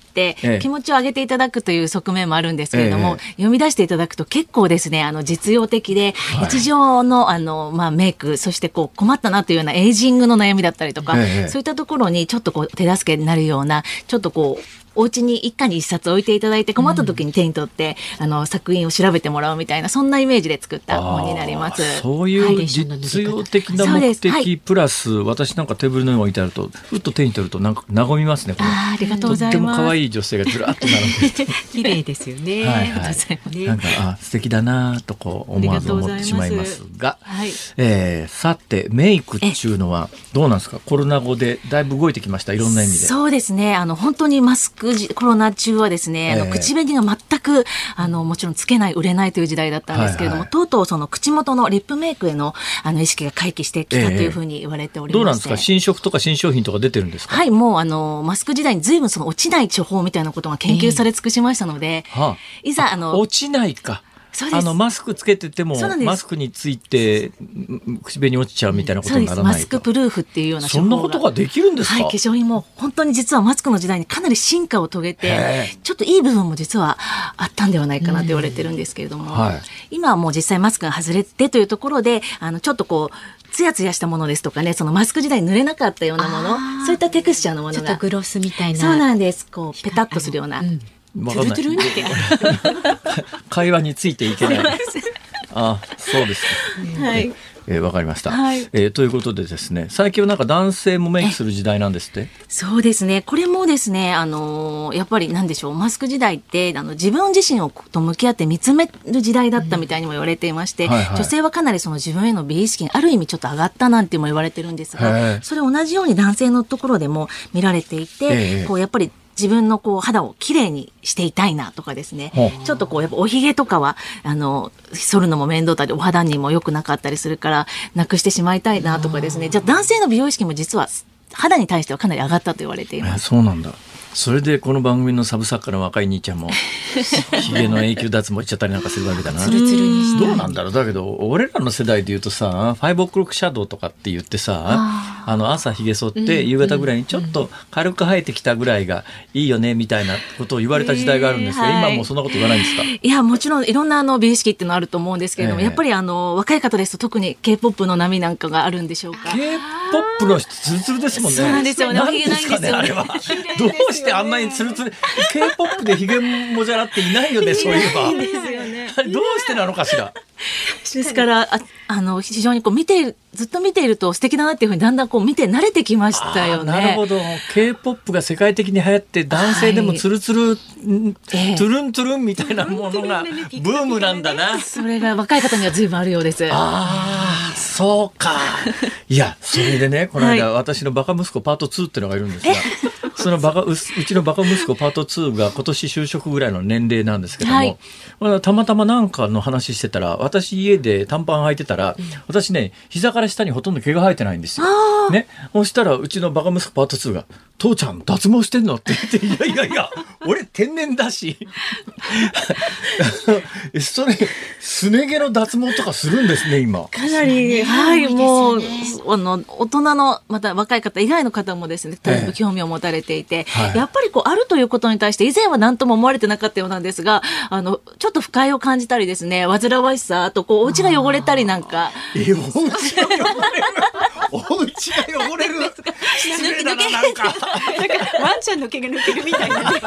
気持ちを上げていただくという側面もあるんですけれども、読み出していただくと結構ですね、実用的で、日常のメイク、そしてこう困ったなというようなエイジングの悩みだったりとか、そういったところにちょっとこう手助けになるような、ちょっとこうお家に一家に一冊置いていただいて、困った時に手に取って、作品を調べてもらうみたいな、そんなイメージで作った本になります。 そういう実用的な目的プラス、私なんかテーブルの上に置いてあるとふっと手に取るとなんか和みますね。 ありがとうございます。 とっても可愛い女性がずらっと並んでいて綺麗ですよね。 なんか素敵だなとこう思わず思ってしまいますが、さてメイクっていうのはどうなんですか。コロナ後でだいぶ動いてきました、いろんな意味で。 そうですね、本当にマスクコロナ中はですね、口紅が全くもちろんつけない、売れないという時代だったんですけれども、とうとうその口元のリップメイクへの意識が回帰してきたというふうに言われておりまして、 どうなんですか。新色とか新商品とか出てるんですか。 もうマスク時代に随分その落ちない処方みたいなことが研究され尽くしましたので、いざ落ちないか。マスクつけててもマスクについて口紅落ちちゃうみたいなことにならないか。 マスクプルーフっていうようなそんなことができるんですか。 化粧品も本当に実はマスクの時代にかなり進化を遂げて、ちょっといい部分も実はあったんではないかなと言われてるんですけれども、今はもう実際マスクが外れてというところで、ちょっとこうツヤツヤしたものですとかね、そのマスク時代に塗れなかったようなもの、そういったテクスチャーのものが、 ちょっとグロスみたいな。 そうなんです。こうペタッとするような、 トゥルトゥルンって会話についていけない。そうですか。 わかりました、 はい。 ということでですね、最近はなんか男性もメイクする時代なんですって。 そうですね。これもですね、やっぱりなんでしょう、マスク時代って自分自身と向き合って見つめる時代だったみたいにも言われていまして、女性はかなりその自分への美意識がある意味ちょっと上がったなんても言われてるんですが、それ同じように男性のところでも見られていて、こうやっぱり自分の肌をきれいにしていたいなとかですね、ちょっとやっぱおひげとかは剃るのも面倒だったりお肌にも良くなかったりするからなくしてしまいたいなとかですね、じゃあ男性の美容意識も実は肌に対してはかなり上がったと言われています。 そうなんだ。それでこの番組のサブ作家の若い兄ちゃんもひげの永久脱毛しちゃったりなんかするわけだな。 ツルツルにして。 どうなんだろう。だけど俺らの世代で言うとさ、5オクロックシャドウとかって言ってさ、朝ひげ剃って夕方ぐらいにちょっと軽く生えてきたぐらいがいいよねみたいなことを言われた時代があるんですが、今もうそんなこと言わないんですか。 いや、もちろんいろんな美意識っていうのあると思うんですけれども、やっぱり若い方ですと特に K-POP の波なんかがあるんでしょうか。 K-POP の人ツルツルですもんね。 そうなんですよね。おひげないんですよね。 どうしてあんなにツルツルK-POP でひげもじゃらっていないよね、そういえば。どうしてなのかしら。 ですから非常にずっと見ていると素敵だなっていうふうにだんだん見て慣れてきましたよね。 なるほど。K-POP が世界的に流行って男性でもツルツル、トゥルントゥルンみたいなものがブームなんだな。 それが若い方には随分あるようです。 そうか。いや、それでね、この間、私のバカ息子パート2っていうのがいるんですが、そのうちのバカ息子パート2が今年就職ぐらいの年齢なんですけども、たまたまなんかの話してたら、私家で短パン履いてたら、私ね、膝から下にほとんど毛が生えてないんですよ。ね。そしたらうちのバカ息子パート2が、父ちゃん脱毛してんのって言って、いや俺天然だしそれすね毛の脱毛とかするんですね今。 かなり、もう大人のまた若い方以外の方もですね、興味を持たれていて、やっぱりあるということに対して以前は何とも思われてなかったようなんですが、ちょっと不快を感じたりですね、煩わしさ、あとお家が汚れたりなんか。 お家が汚れる失礼だな、なんかワンちゃんの毛が抜けるみたいなね。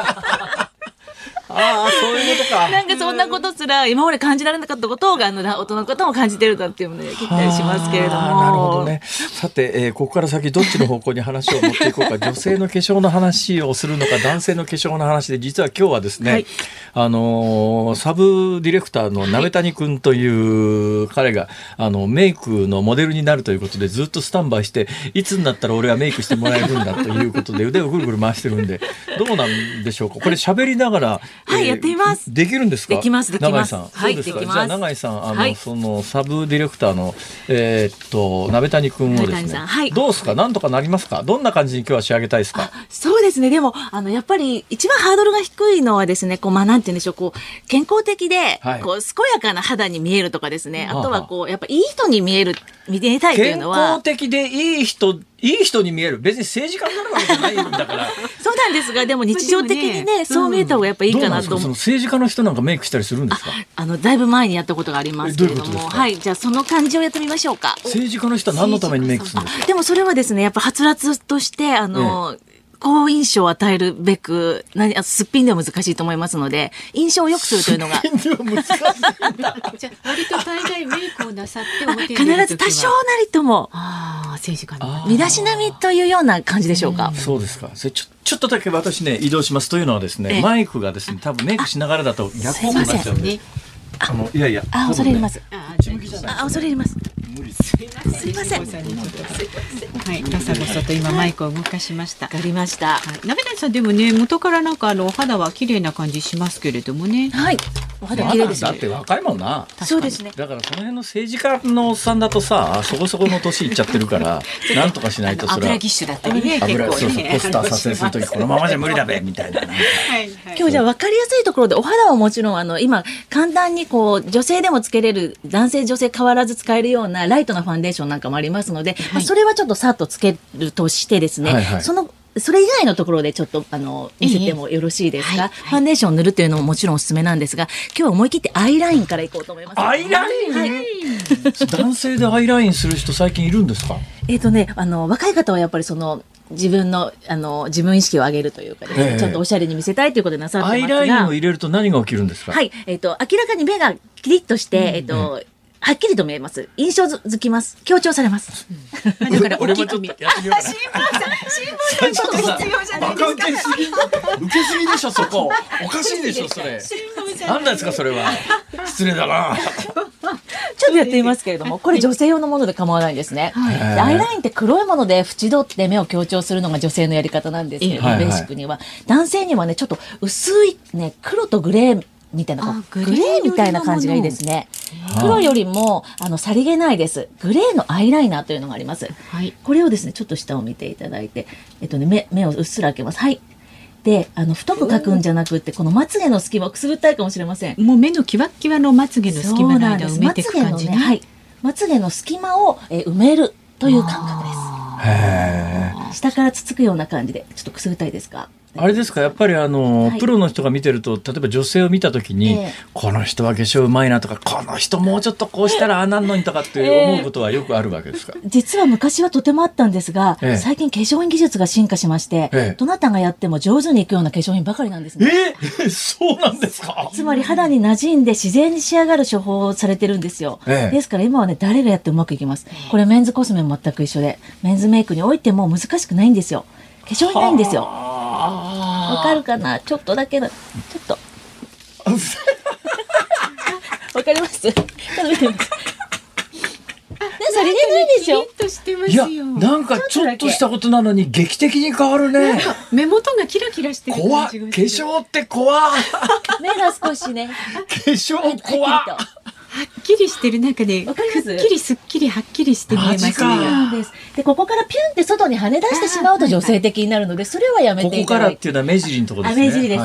そういうことか。 なんかそんなことすら今まで感じられなかったことを大人の方も感じてるんだっていうので聞いたりしますけれども。 なるほどね。さて、ここから先どっちの方向に話を持っていこうか。女性の化粧の話をするのか男性の化粧の話で、実は今日はですね、サブディレクターの鍋谷くんという彼がメイクのモデルになるということでずっとスタンバイして、いつになったら俺はメイクしてもらえるんだということで腕をぐるぐる回してるんで、どうなんでしょうか。これ喋りながらやっています。 できるんですか。 できます。 永井さん。 はい、できます。 じゃあ永井さん、そのサブディレクターの鍋谷くんをですね、どうですか。なんとかなりますか。どんな感じに今日は仕上げたいですか。 そうですね。でもやっぱり一番ハードルが低いのはですね、なんて言うんでしょう、健康的で健やかな肌に見えるとかですね、あとはやっぱいい人に見えたいというのは、 健康的でいい人に見える。別に政治家になるわけじゃないんだからそうなんですが、でも日常的にね、そう見えた方がやっぱいいかなと思う。 政治家の人なんかメイクしたりするんですか。 だいぶ前にやったことがありますけれども、じゃあその感じをやってみましょうか。 政治家の人は何のためにメイクするんですか。 でもそれはですね、やっぱはつらつとして好印象を与えるべく、すっぴんでは難しいと思いますので、印象を良くするというのが。 すっぴんでは難しいんだ。 じゃあ割と大概メイクをなさって表に出る必ず多少なりとも政治家の身だしなみというような感じでしょうか。 そうですか。ちょっとだけ私ね移動します。というのはですね、マイクがですね多分メイクしながらだと逆方向になっちゃうんで、いやいや、 恐れ入ります。 恐れ入ります。 すいません。はい、ガサゴソと今マイクを動かしました。 わかりました。 鍋谷さんでもね、元からなんかお肌は綺麗な感じしますけれどもね。 はい。お肌綺麗ですね。 だって若いもんな。 そうですね。 だからその辺の政治家のおっさんだとさ、そこそこの年いっちゃってるからなんとかしないと。それは油ぎっしゅだったりね、 結構ね、ポスター撮影するときこのままじゃ無理だべみたいな。 今日じゃあ分かりやすいところで、お肌はもちろん今簡単に女性でもつけれる、男性女性変わらず使えるようなライトなファンデーションなんかもありますので、それはちょっとさっとつけるとしてですね、それ以外のところでちょっと見せてもよろしいですか。ファンデーションを塗るというのももちろんおすすめなんですが、今日は思い切ってアイラインからいこうと思います。 アイライン、男性でアイラインする人最近いるんですか。 若い方はやっぱり自分意識を上げるというかですね、ちょっとおしゃれに見せたいということでなさってますが、 アイラインを入れると何が起きるんですか。 明らかに目がキリッとして、 はっきりと見えます。印象づきます。強調されます。 だから俺もちょっとやってみようかな。 新聞社必要じゃないですか。 受けすぎでしょそこ。おかしいでしょそれ。何ですかそれは。失礼だな。 ちょっとやってみますけれども、これ女性用のもので構わないんですね。アイラインって黒いもので縁取って目を強調するのが女性のやり方なんですけど、ベーシックには。男性にはね、ちょっと薄いね、黒とグレーみたいな、グレーみたいな感じがいいですね。黒よりもさりげないです。グレーのアイライナーというのがあります。これをですね、ちょっと下を見ていただいて、目をうっすら開けます。はい。で、太く描くんじゃなくって、このまつげの隙間をくすぐったいかもしれません。 もう目のキワッキワのまつげの隙間の間を埋めていく感じね。 まつげの隙間を埋めるという感覚です。下からつつくような感じで、ちょっとくすぐったいですか。 あれですか、やっぱりプロの人が見てると、例えば女性を見たときに、この人は化粧うまいなとか、この人もうちょっとこうしたらああなんのにとかって思うことはよくあるわけですか。 実は昔はとてもあったんですが、最近化粧品技術が進化しまして、どなたがやっても上手にいくような化粧品ばかりなんですね。 そうなんですか。 つまり肌に馴染んで自然に仕上がる処方をされてるんですよ。ですから今はね、誰がやってもうまくいきます。これメンズコスメも全く一緒で、メンズメイクにおいても難しくないんですよ。化粧品ないんですよ。わかるかな、ちょっとだけちょっとわかります。ちょっと見てみます。さりげないでしょ。 いや、なんかちょっとしたことなのに劇的に変わるね。 目元がキラキラしてる感じが。 化粧って怖っ。 目が少しね。 化粧怖っ。 はっきりしてる、なんかね、 わかります？ くっきりすっきりはっきりして見えますね。 そうなんです。で、ここからピュンって外に跳ね出してしまうと女性的になるので、それはやめていただいて。 ここからっていうのは目尻のところですね。 目尻です。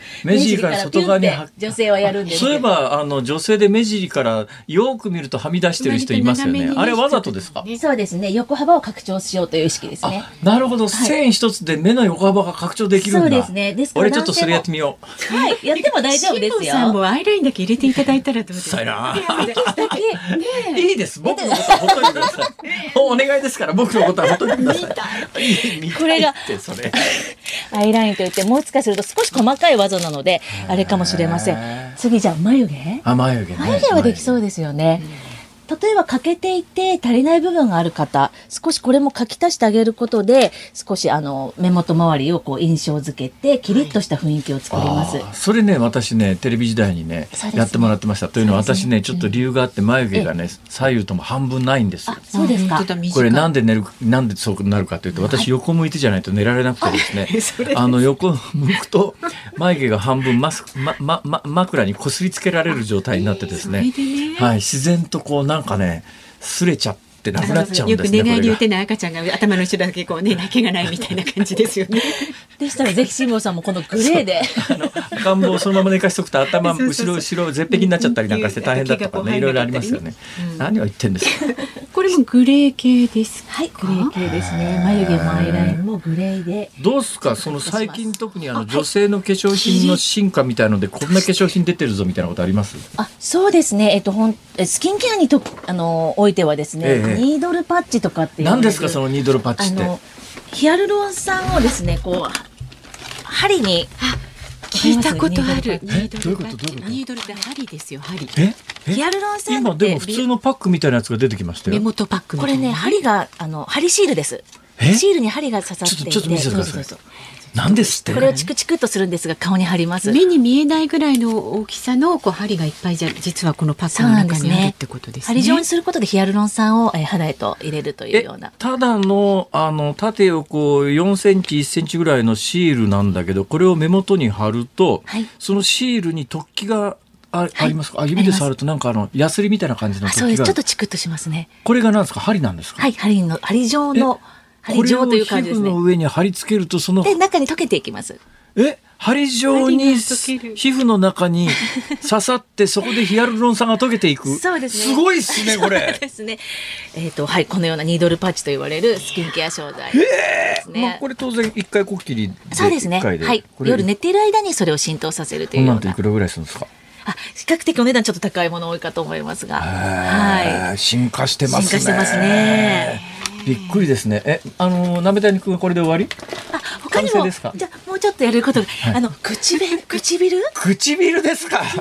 目尻から外側に女性はやるんです。 そういえば女性で目尻からよく見るとはみ出してる人いますよね。あれわざとですか？ そうですね。横幅を拡張しようという意識ですね。 なるほど。線一つで目の横幅が拡張できるんだ。 そうですね。ですから俺ちょっとそれやってみよう。 はい。やっても大丈夫ですよ。 さんもアイラインだけ入れていただいたらどうですか？ さいないいです。僕のことはほっといてください。お願いですから、僕のことはほっといてください。 これがアイラインといって、もう少しすると少し細かい技なのであれかもしれません。次じゃあ眉毛。 眉毛はできそうですよね。例えば欠けていて足りない部分がある方、少しこれも書き足してあげることで、少し目元周りをこう印象づけてキリッとした雰囲気を作ります。 それね、私ね、テレビ時代にねやってもらってました。というのは私ね、ちょっと理由があって、眉毛がね左右とも半分ないんですよ。 そうですか。 これなんでそうなるかというと、私横向いてじゃないと寝られなくてですね、横向くと眉毛が半分枕にこすりつけられる状態になってですね、はい、自然とこうなんかね擦れちゃってなくなっちゃうんですね。 よく寝返り打てない赤ちゃんが頭の後ろだけこうね、毛がないみたいな感じですよね。 でしたらぜひ辛坊さんもこのグレーで赤ん坊をそのまま寝かしとくと頭後ろ絶壁になっちゃったりなんかして大変だとかね、いろいろありますよね。何を言ってんですか。 これもグレー系ですか？ はい、グレー系ですね。眉毛もアイラインもグレーで。 どうですか、その最近特に女性の化粧品の進化みたいので、こんな化粧品出てるぞみたいなことあります？ そうですね。スキンケアにおいてはですね、ニードルパッチとかっていう。 何ですかそのニードルパッチって？ ヒアルロン酸をですね、こう針に。 聞いたことある。 どういうこと？ ニードルって針ですよ、針。 ヒアルロン酸って今でも普通のパックみたいなやつが出てきましたよ。 目元パックみたいな。 これね、針が針シールです。シールに針が刺さっていて、 ちょっと見せてください。なんですって。 これをチクチクっとするんですが、顔に貼ります。 目に見えないぐらいの大きさの針がいっぱい実はこのパックの中にあるってことですね。 針状にすることでヒアルロン酸を肌へと入れるというような。 ただの縦横4センチ1センチぐらいのシールなんだけど、これを目元に貼ると、そのシールに突起がありますか？指で触るとなんかヤスリみたいな感じの突起が。 そうです。ちょっとチクッとしますね。 これがなんですか？針なんですか？ はい、針状の。針状という感じですね。 これを皮膚の上に貼り付けるとで中に溶けていきます。 針状に皮膚の中に刺さってそこでヒアルロン酸が溶けていく。 そうですね。 すごいですねこれ。 そうですね。はい、このようなニードルパッチと言われるスキンケア商材ですね。 これ当然一回こっきりで。 そうですね。はい。夜寝ている間にそれを浸透させるというような。 こんなんていくらぐらいするんですか？ 比較的お値段ちょっと高いもの多いかと思いますが。はい。 進化してますね。 進化してますね。 びっくりですね。なめたにくんはこれで終わり？ 他にもじゃあもうちょっとやることが、唇ですか？ 唇ですか？ 唇です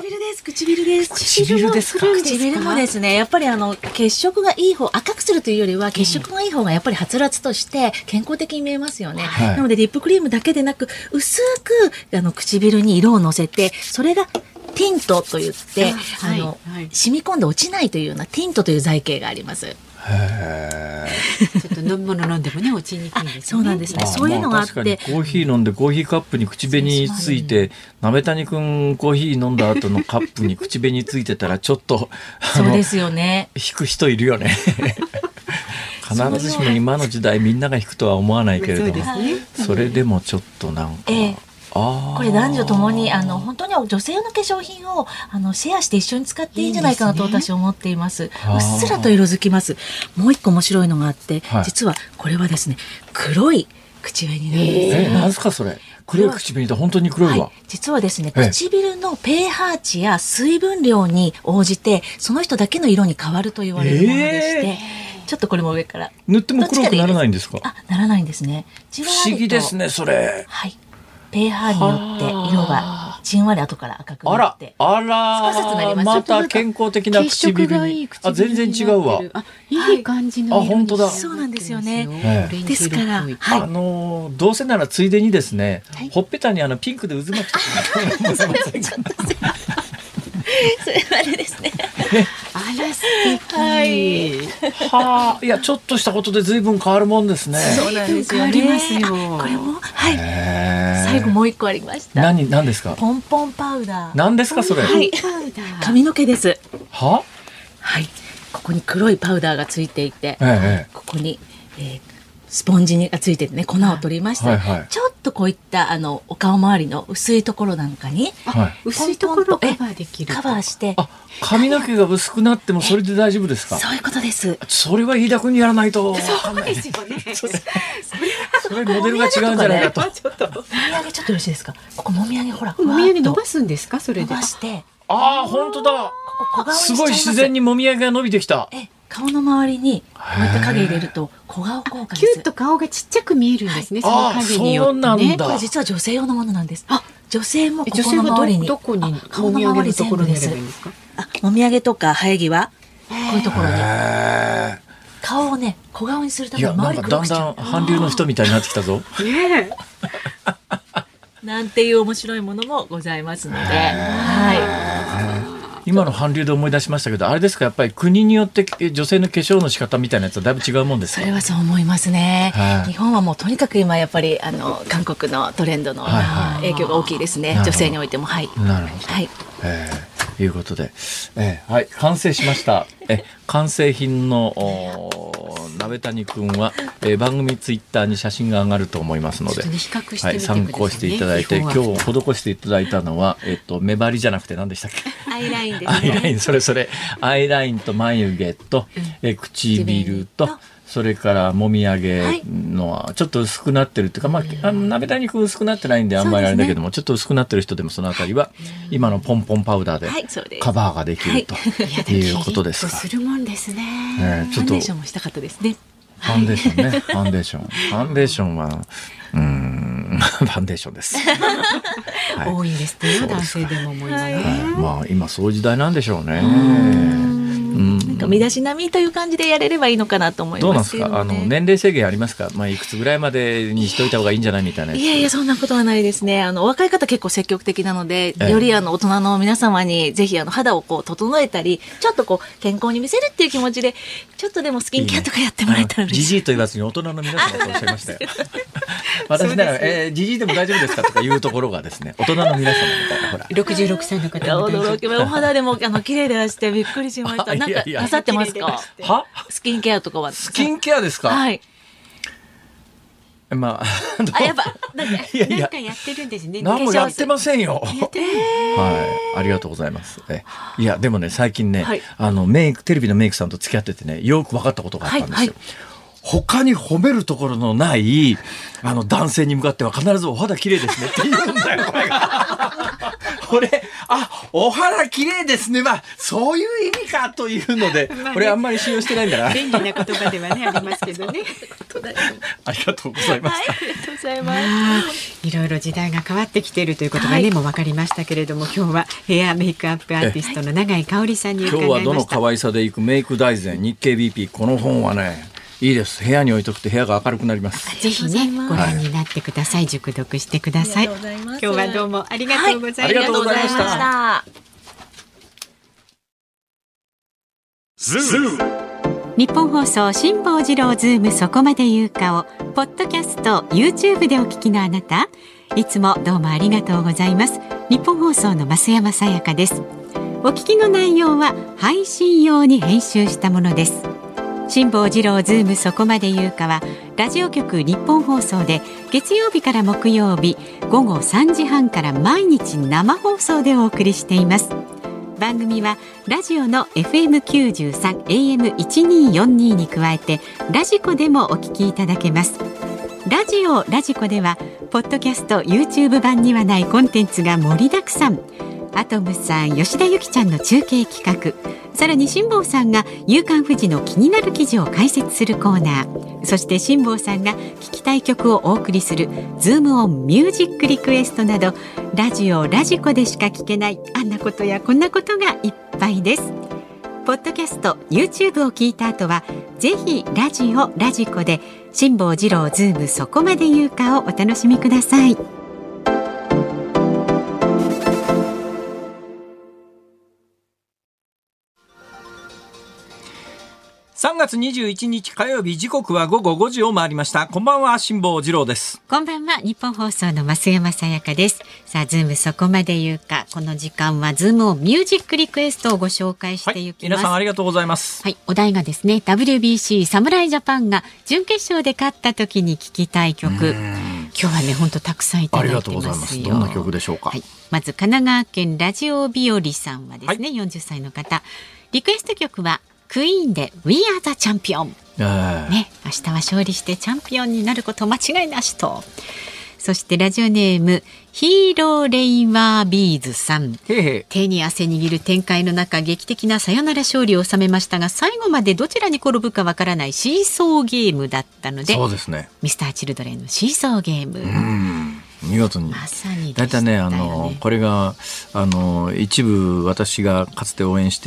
唇です。 唇ですか。 唇もですね、やっぱり血色がいい方、赤くするというよりは血色がいい方がやっぱりはつらつとして健康的に見えますよね。なのでリップクリームだけでなく薄く唇に色をのせて、それがティントといって、染み込んで落ちないというようなティントという剤形があります。 ちょっと飲み物飲んでもね落ちにくいんですね。 そうなんですね。そういうのがあって、 確かにコーヒー飲んでコーヒーカップに口紅ついて、鍋谷くんコーヒー飲んだ後のカップに口紅ついてたらちょっとそうですよね。 引く人いるよね。必ずしも今の時代みんなが引くとは思わないけれども、それでもちょっとなんか。 これ男女ともに本当に女性の化粧品をシェアして一緒に使っていいんじゃないかなと私は思っています。うっすらと色づきます。もう一個面白いのがあって、実はこれはですね黒い口紅なんです。 何ですかそれ。黒い口紅って本当に黒いわ。 実はですね唇のpH値や水分量に応じてその人だけの色に変わると言われるものでして、ちょっとこれも上から塗っても黒くならないんですか。 ならないんですね。 不思議ですねそれ。 pH によって色がじんわり後から赤くなって、 また健康的な唇に。全然違うわ。 いい感じの色に。 本当だ。 そうなんですよね。ですからどうせならついでにですね、ほっぺたにピンクで渦巻きとかそれはあれですね。 あら素敵。 いやちょっとしたことで随分変わるもんですね。 そうなんですよね。これも最後もう一個ありました。 何ですか。 ポンポンパウダー。 何ですかそれ。 髪の毛です。 は。 ここに黒いパウダーがついていて、ここにスポンジがついててね、粉を取りまして、ちょっとこういったお顔周りの薄いところなんかに、 薄いところをカバーできる。 カバーして。 髪の毛が薄くなってもそれで大丈夫ですか。 そういうことです。 それは飯田君にやらないと。 そうですよね。 それモデルが違うんじゃないかと。 もみあげちょっとよろしいですか。ここもみあげほら。 もみあげ伸ばすんですかそれで。 伸ばして。 本当だ。すごい自然にもみあげが伸びてきた。 顔の周りにこういった影入れると小顔効果です。 キュッと顔がちっちゃく見えるんですね。その影によってね。 これ実は女性用のものなんです。女性もここの周りに。 どこにもみあげのところにやればいいんですか。 もみあげとか生え際こういうところに顔をね小顔にするために周り黒くしちゃう。 だんだん韓流の人みたいになってきたぞ。 なんていう面白いものもございますので、 今の韓流で思い出しましたけど、あれですか、やっぱり国によって女性の化粧の仕方みたいなやつはだいぶ違うもんですか。 それはそう思いますね。日本はもうとにかく今やっぱり韓国のトレンドの影響が大きいいですね。女性においても。なるほど。 ということで、完成しました。完成品の鍋谷くんは、番組ツイッターに写真が上がると思いますので、参考していただいて、今日施していただいたのは、目張りじゃなくて何でしたっけ。 アイラインですね。 アイライン、それアイラインと眉毛と、唇と。それからもみあげのはちょっと薄くなってるっていうか、鍋谷くん薄くなってないんであんまりあれだけども、ちょっと薄くなってる人でもそのあたりは今のポンポンパウダーでカバーができるということですか。 するもんですね。 ファンデーションもしたかったですね。 ファンデーションね。ファンデーションはファンデーションです。 多いですね。男性でも思いますね。 今そういう時代なんでしょうね。 なんか身だしなみという感じでやれればいいのかなと思いますけどね。 どうなんですか。年齢制限ありますか。いくつぐらいまでにしといた方がいいんじゃないみたいな。 いやそんなことはないですね。お若い方結構積極的なので、より大人の皆様にぜひ肌を整えたり、ちょっと健康に見せるっていう気持ちでちょっとでもスキンケアとかやってもらえたら嬉しい。 ジジイと言わずに大人の皆様とおっしゃいましたよ。私ならジジイでも大丈夫ですかとかいうところがですね、大人の皆様みたいなほら。 66歳の方も驚き、お肌でも綺麗でいらしてびっくりしました。なんかなさってますか。スキンケアとかは。 スキンケアですか。 はい。 やっぱなんかやってるんですね。 何もやってませんよ。ありがとうございます。いやでもね、最近ね、テレビのメイクさんと付き合っててね、よく分かったことがあったんですよ。他に褒めるところのない男性に向かっては必ずお肌綺麗ですねって言うんだよ、これが。これお肌綺麗ですね、そういう意味かというので、これあんまり信用してないんだな。 便利な言葉ではねありますけどね。 ありがとうございました。 ありがとうございます。 いろいろ時代が変わってきているということがね、もう分かりましたけれども、今日はヘアメイクアップアーティストの永井香織さんに伺いました。 今日はどの可愛さでいくメイク大全日経 BP、この本はねいいです。部屋に置いとくと部屋が明るくなります。 ぜひねご覧になってください、熟読してください。今日はどうもありがとうございました。 ありがとうございました。 日本放送辛坊治郎ズームそこまで言うかをポッドキャスト YouTube でお聞きのあなた、いつもどうもありがとうございます。日本放送の増山さやかです。お聞きの内容は配信用に編集したものです。辛坊治郎ズームそこまで言うかはラジオ局日本放送で月曜日から木曜日午後3時半から毎日生放送でお送りしています。番組はラジオの FM93 AM1242 に加えてラジコでもお聞きいただけます。ラジコではポッドキャスト YouTube 版にはないコンテンツが盛りだくさん。アトムさん、吉田ゆきちゃんの中継企画、さらに辛坊さんが夕刊フジの気になる記事を解説するコーナー、そして辛坊さんが聞きたい曲をお送りするズームオンミュージックリクエストなど、ラジコでしか聞けないあんなことやこんなことがいっぱいです。ポッドキャスト YouTube を聞いた後はぜひラジコで辛坊治郎ズームそこまで言うかをお楽しみください。 3月21日火曜日、時刻は午後5時を回りました。こんばんは、辛坊治郎です。 こんばんは、日本放送の増山さやかです。さあ、ズームそこまで言うか、この時間はズームをミュージックリクエストをご紹介していきます。はい、 皆さんありがとうございます。 はい、お題がですね、WBC 侍ジャパンが準決勝で勝った時に聴きたい曲。今日はね、本当たくさんいただいてますよ。 ありがとうございます。どんな曲でしょうか。 はい、まず神奈川県ラジオ日和さんはですね、40歳の方、リクエスト曲はクイーンで We are the champion、ね、明日は勝利してチャンピオンになること間違いなしと。そしてラジオネームヒーローレイワービーズさん、手に汗握る展開の中劇的なサヨナラ勝利を収めましたが、最後までどちらに転ぶかわからないシーソーゲームだったので、 そうですね、 ミスターチルドレンのシーソーゲーム、 見事に、 まさにだいたいね、これが一部私がかつて応援して、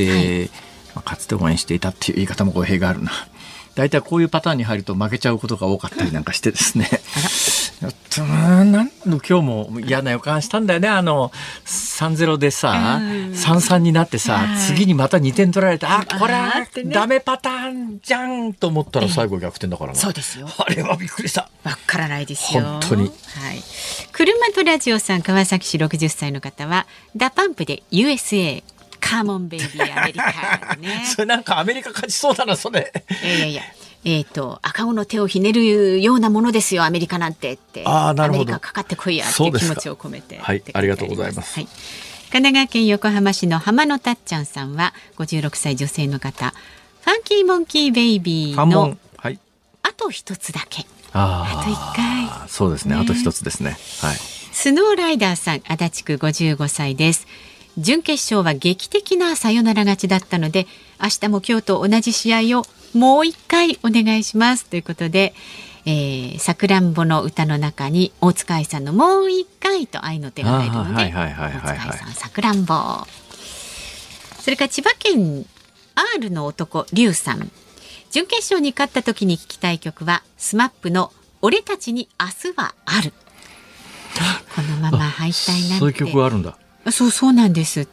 かつて応援していたっていう言い方も語弊があるな。だいたいこういうパターンに入ると負けちゃうことが多かったりなんかしてですね今日も嫌な予感したんだよね。3-0 でさ、3-3 になってさ、次にまた2点取られて、これはダメパターンじゃんと思ったら最後逆転だからな。 そうですよ。 あれはびっくりした。 わからないですよ。 本当に。 はい。車とラジオさん、川崎市60歳の方はダパンプで USAカーモンベイビーアメリカね。 それなんかアメリカ勝ちそうだな、それ。 いや赤子の手をひねるようなものですよ、アメリカなんてって。 なるほど。 アメリカかかってこいやっていう気持ちを込めて。 はい、ありがとうございます。 はい、神奈川県横浜市の浜野たっちゃんさんは56歳女性の方、ファンキーモンキーベイビーのあと一つだけ。あと1回。 そうですね、あと一つですね。はい。 スノーライダーさん、足立区55歳です。準決勝は劇的なサヨナラ勝ちだったので、明日も今日と同じ試合をもう一回お願いしますということで、さくらんぼの歌の中に大塚愛さんのもう一回と愛の手が入るので、大塚愛さんさくらんぼ。それから千葉県 R の男リュウさん、準決勝に勝った時に聴きたい曲はスマップの俺たちに明日はある。このまま敗退なんて、 そういう曲があるんだ。 そうなんですって。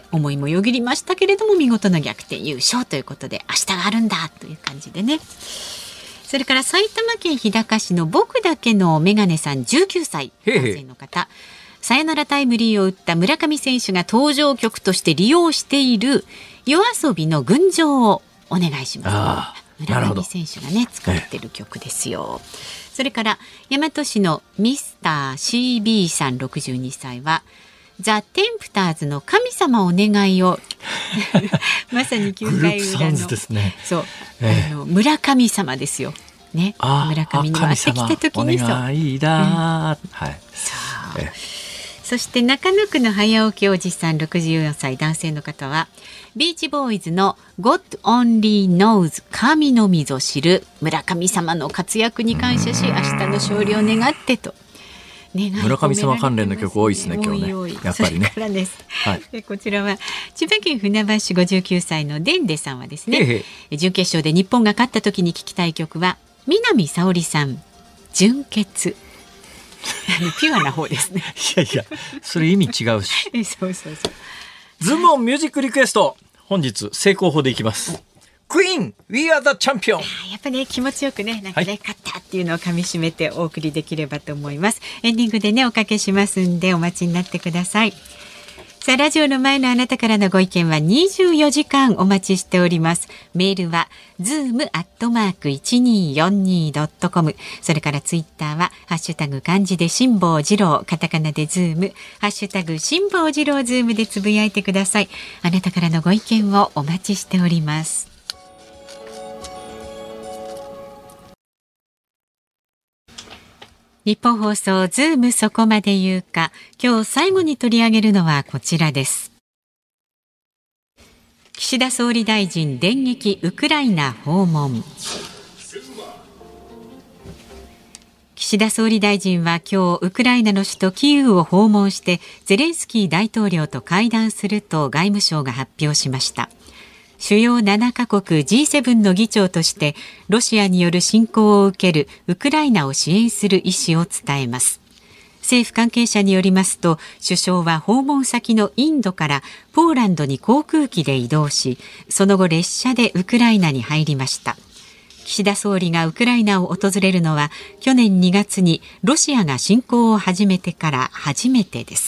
思いもよぎりましたけれども見事な逆転優勝ということで、明日があるんだという感じでね。それから埼玉県日高市の僕だけのメガネさん19歳男性の方、サヨナラタイムリーを打った村上選手が登場曲として利用しているYOASOBIの群青をお願いします。村上選手がね使ってる曲ですよ。それから大和市のミスター CB さん62歳はザ・テンプターズの神様お願いをまさに9回裏のですね。 そう、村神様ですよね。村上に回ってきた時にお願いだ、はい。 そして中野区の早起きおじさん64歳男性の方は、ビーチボーイズの God Only Knows 神のみぞ知る村上様の活躍に感謝し、明日の勝利を願ってと。 村上様関連の曲多いですね今日ね。やっぱりね。 それからです、はい、でこちらは千葉県船橋市59歳のデンデさんはですね、準決勝で日本が勝った時に聴きたい曲は南沙織さん純潔ピュアな方ですね。 いやいやそれ意味違うしそうズームオンミュージックリクエスト、本日成功法でいきます。クイーン We are the champion。 やっぱね気持ちよくねなんかね、はい、勝ったっていうのをかみしめてお送りできればと思います。エンディングでねおかけしますんでお待ちになってください。さあラジオの前のあなたからのご意見は24時間お待ちしております。メールは zoom@1242.com、 それからツイッターはハッシュタグ漢字で辛坊治郎、カタカナでズーム、ハッシュタグ辛坊治郎ズームでつぶやいてください。あなたからのご意見をお待ちしております。日本放送ズームそこまで言うか、今日最後に取り上げるのはこちらです。岸田総理大臣電撃ウクライナ訪問。岸田総理大臣は今日ウクライナの首都キーウを訪問してゼレンスキー大統領と会談すると外務省が発表しました。主要7カ国 G7 の議長としてロシアによる侵攻を受けるウクライナを支援する意思を伝えます。政府関係者によりますと、首相は訪問先のインドからポーランドに航空機で移動し、その後列車でウクライナに入りました。岸田総理がウクライナを訪れるのは去年2月にロシアが侵攻を始めてから初めてです。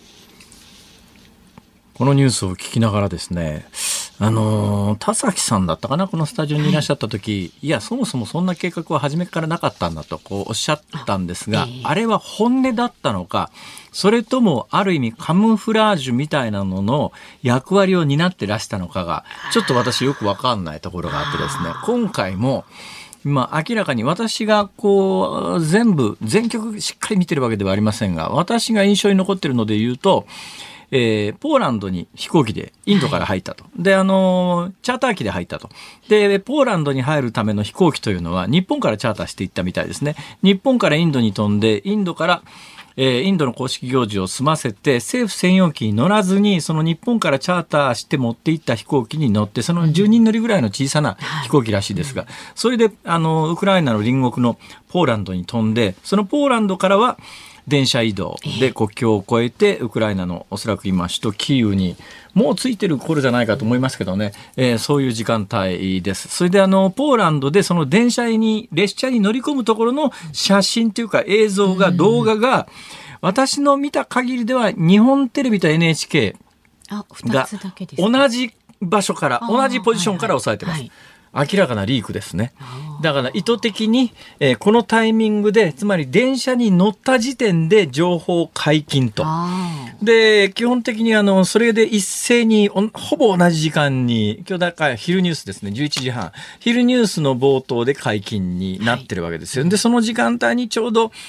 このニュースを聞きながらですね、田崎さんだったかな、このスタジオにいらっしゃった時、いやそもそもそんな計画は初めからなかったんだとこうおっしゃったんですが、あれは本音だったのか、それともある意味カムフラージュみたいなのの役割を担ってらしたのかがちょっと私よく分かんないところがあってですね、今回も明らかに私がこう全曲しっかり見てるわけではありませんが、私が印象に残っているので言うと、ポーランドに飛行機でインドから入ったと。で、チャーター機で入ったと。で、ポーランドに入るための飛行機というのは日本からチャーターしていったみたいですね。日本からインドに飛んで、インドからインドの公式行事を済ませて政府専用機に乗らずにその日本からチャーターして持っていった飛行機に乗って、その10人乗りぐらいの小さな飛行機らしいですが、それでウクライナの隣国のポーランドに飛んで、そのポーランドからは電車移動で国境を越えてウクライナのおそらく今首都キーウにもうついてる頃じゃないかと思いますけどね、そういう時間帯です。それでポーランドでその列車に乗り込むところの写真というか映像が、動画が私の見た限りでは日本テレビと NHK が同じ場所から同じポジションから押さえてます。明らかなリークですね。だから意図的に、このタイミングで、つまり電車に乗った時点で情報解禁と。で、基本的にそれで一斉にほぼ同じ時間に、今日だから昼ニュースですね、11時半。昼ニュースの冒頭で解禁になってるわけですよ。で、その時間帯にちょうど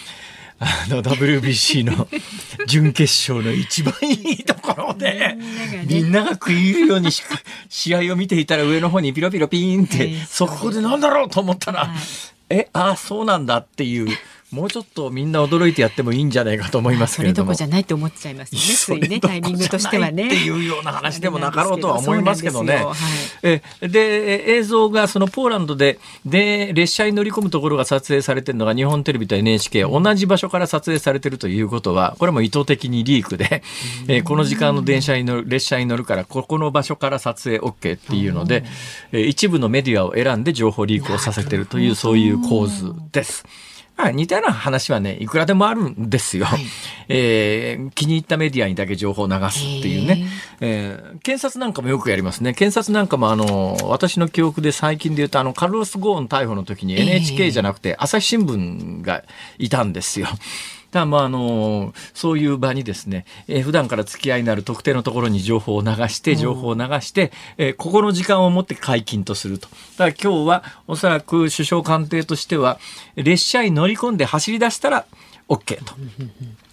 WBC の準決勝の一番いいところでみんなが食い入るように試合を見ていたら上の方にピロピロピーンってそこでなんだろうと思ったらそうなんだっていう、もうちょっとみんな驚いてやってもいいんじゃないかと思いますけれども、 それどこじゃないと思っちゃいますね。ついね、タイミングとしてはね。 っていうような話でもなかろうとは思いますけどね。で、映像がそのポーランドで列車に乗り込むところが撮影されているのが日本テレビと NHK、同じ場所から撮影されているということは、これも意図的にリークで、この時間の列車に乗るからここの場所から撮影 OK っていうので、一部のメディアを選んで情報リークをさせているという、そういう構図です。似たような話はね、いくらでもあるんですよ。気に入ったメディアにだけ情報を流すっていうね。検察なんかもよくやりますね。検察なんかも私の記憶で最近で言うとカルロス・ゴーン逮捕の時に NHK じゃなくて朝日新聞がいたんですよ。そういう場にですね、普段から付き合いのある特定のところに情報を流して、ここの時間をもって解禁とすると。だから今日はおそらく首相官邸としては列車に乗り込んで走り出したら OK と。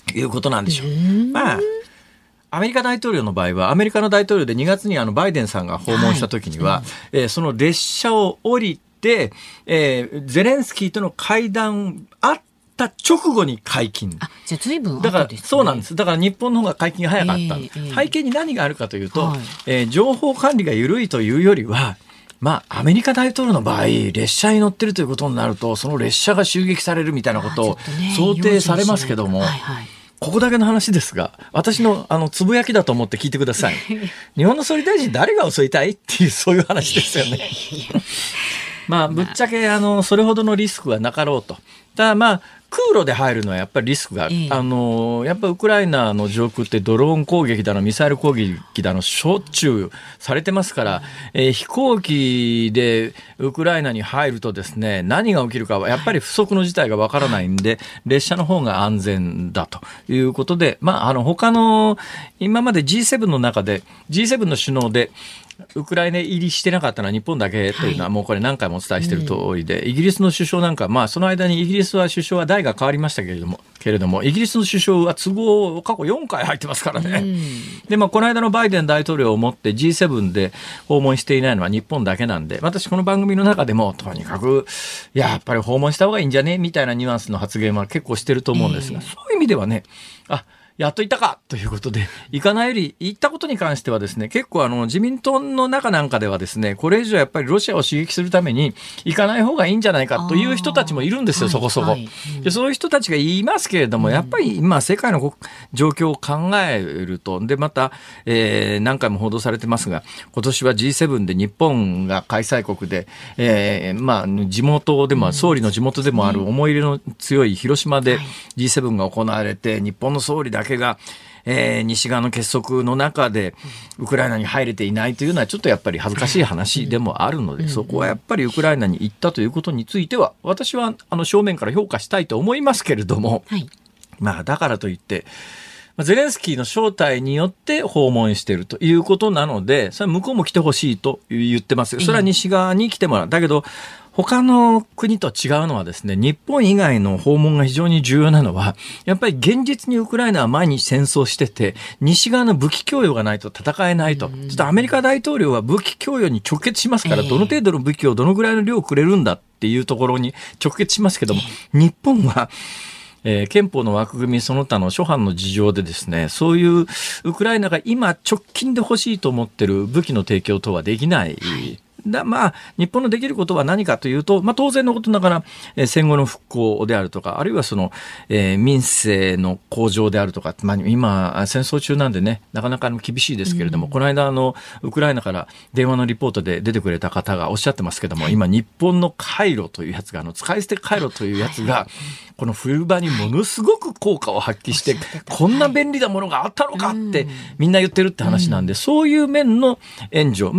いうことなんでしょう。まあアメリカ大統領の場合はアメリカの大統領で2月にバイデンさんが訪問した時には、その列車を降りて、ゼレンスキーとの会談あった直後に解禁。 じゃあ随分だからそうなんです。だから日本の方が解禁が早かった、背景に何があるかというと、情報管理が緩いというよりは、アメリカ大統領の場合列車に乗ってるということになるとその列車が襲撃されるみたいなことを想定されますけども、ここだけの話ですが、私のつぶやきだと思って聞いてください。日本の総理大臣誰が襲いたいっていうそういう話ですよね。ぶっちゃけそれほどのリスクはなかろうと。ただ空路で入るのはやっぱりリスクがある。やっぱりウクライナの上空ってドローン攻撃だのミサイル攻撃だのしょっちゅうされてますから、飛行機でウクライナに入るとですね、何が起きるかはやっぱり不測の事態がわからないんで、列車の方が安全だということで、他の今まで G7 の中で G7 の首脳でウクライナ入りしてなかったのは日本だけというのはもうこれ何回もお伝えしている通りで、イギリスの首相なんかその間にイギリスは首相は代が変わりましたけれどもイギリスの首相は都合過去4回入ってますからね。でこの間のバイデン大統領をもって G7 で訪問していないのは日本だけなんで、私この番組の中でもとにかくやっぱり訪問した方がいいんじゃねみたいなニュアンスの発言は結構してると思うんですが、そういう意味ではね、やっと行ったかということで、行かないより行ったことに関してはですね、結構自民党の中なんかではですね、これ以上やっぱりロシアを刺激するために行かない方がいいんじゃないかという人たちもいるんですよ、そこそこ。でそういう人たちが言いますけれども、やっぱり今世界の状況を考えると、でまた、何回も報道されてますが、今年は G7 で日本が開催国で、地元でも総理の地元でもある思い入れの強い広島で G7 が行われて、日本の総理だけが、西側の結束の中でウクライナに入れていないというのはちょっとやっぱり恥ずかしい話でもあるので、そこはやっぱりウクライナに行ったということについては私は正面から評価したいと思いますけれども、だからといってゼレンスキーの招待によって訪問しているということなので、それは向こうも来てほしいと言ってます。それは西側に来てもらう。だけど他の国と違うのはですね、日本以外の訪問が非常に重要なのは、やっぱり現実にウクライナは毎日戦争してて、西側の武器供与がないと戦えないと。ちょっとアメリカ大統領は武器供与に直結しますから、どの程度の武器をどのぐらいの量をくれるんだっていうところに直結しますけども、日本は憲法の枠組みその他の諸般の事情でですね、そういうウクライナが今直近で欲しいと思ってる武器の提供等はできない。日本のできることは何かというと、当然のことながら、戦後の復興であるとか、あるいは民生の向上であるとか、今戦争中なんでね、なかなか厳しいですけれども、この間ウクライナから電話のリポートで出てくれた方がおっしゃってますけども、今日本の回路というやつが使い捨て回路というやつがこの冬場にものすごく効果を発揮して、こんな便利なものがあったのかってみんな言ってるって話なんで、そういう面の援助、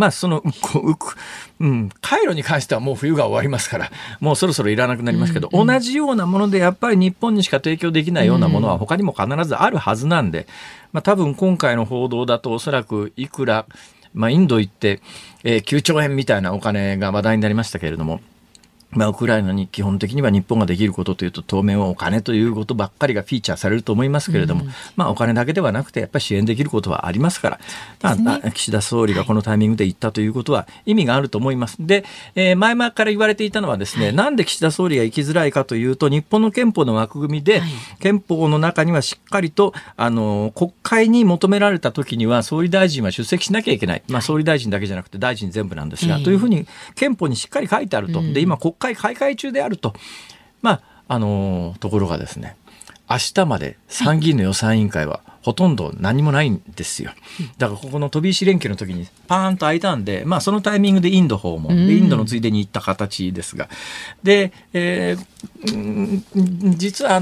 回路に関してはもう冬が終わりますから、もうそろそろいらなくなりますけど、同じようなものでやっぱり日本にしか提供できないようなものは他にも必ずあるはずなんで、多分今回の報道だとおそらくいくら、インド行って、9兆円みたいなお金が話題になりましたけれども、ウクライナに基本的には日本ができることというと当面はお金ということばっかりがフィーチャーされると思いますけれども、お金だけではなくてやっぱり支援できることはありますから、岸田総理がこのタイミングで言ったということは意味があると思います。で、前々から言われていたのはですね、なんで岸田総理が行きづらいかというと、日本の憲法の枠組みで、憲法の中にはしっかりと国会に求められた時には総理大臣は出席しなきゃいけない、総理大臣だけじゃなくて大臣全部なんですが、というふうに憲法にしっかり書いてあると。で、今国会開会中であると、ところがですね、明日まで参議院の予算委員会はほとんど何もないんですよ。だからここの飛び石連休の時にパーンと空いたんで、そのタイミングでインド訪問で、インドのついでに行った形ですが、で、実は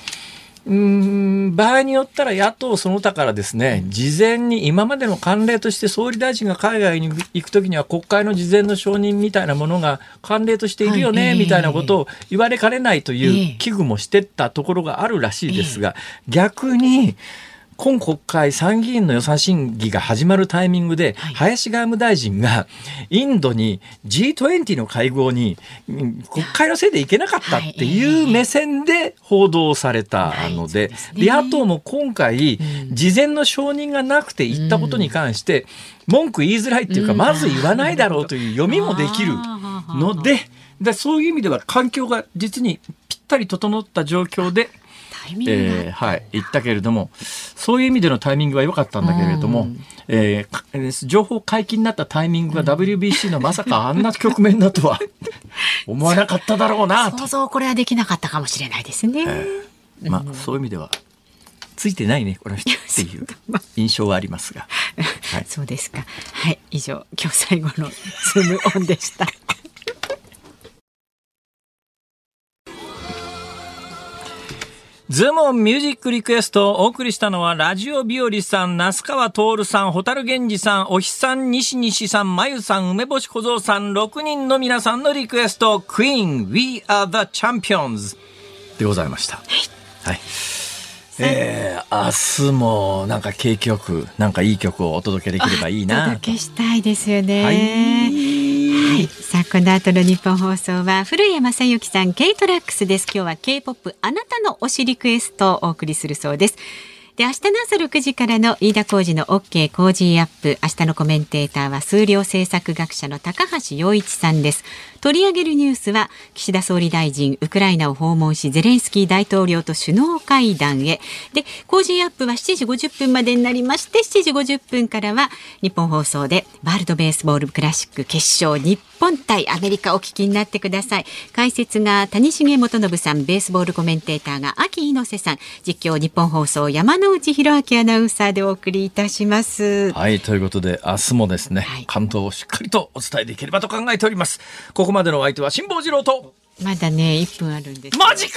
場合によったら野党その他からですね、事前に今までの慣例として総理大臣が海外に行くときには国会の事前の承認みたいなものが慣例としているよね、みたいなことを言われかねないという危惧もしてったところがあるらしいですが、逆に今国会参議院の予算審議が始まるタイミングで、林外務大臣がインドに G20 の会合に国会のせいで行けなかったっていう目線で報道されたので、野党も今回事前の承認がなくて行ったことに関して文句言いづらいっていうか、まず言わないだろうという読みもできるので、そういう意味では環境が実にぴったり整った状況で言ったけれども、そういう意味でのタイミングは良かったんだけれども、情報解禁になったタイミングが WBC のまさかあんな局面だとは思わなかっただろうなと。 想像これはできなかったかもしれないですね。 そういう意味ではついてないねこの人っていう印象はありますが、 そうですか。はい、以上今日最後のズームオンでした。 ズームオンミュージックリクエストをお送りしたのは、ラジオ日和さん、那須川徹さん、蛍源氏さん、おひさん、西西さん、まゆさん、梅干し小僧さん、6人の皆さんのリクエスト、クイーン We are the champions でございました。はい。明日もなんか景気よく、なんかいい曲をお届けできればいいなと。 お届けしたいですよね。さあこの後の日本放送は古谷正幸さん、Kトラックスです。今日は K-POP あなたの推しリクエストをお送りするそうです。で、明日の朝6時からの飯田浩司の OK コージーアップ。明日のコメンテーターは数量政策学者の高橋洋一さんです。取り上げるニュースは、岸田総理大臣ウクライナを訪問し、ゼレンスキー大統領と首脳会談へ。で、コージーアップは7時50分までになりまして、7時50分からは日本放送でワールドベースボールクラシック決勝、日本対アメリカお聞きになってください。解説が谷重元信さん、ベースボールコメンテーターが秋猪瀬さん、実況日本放送山内弘明アナウンサーでお送りいたします。 はい、ということで明日もですね、関東をしっかりとお伝えできればと考えております。ここまでのお相手は辛坊治郎と、 まだね1分あるんです。 マジか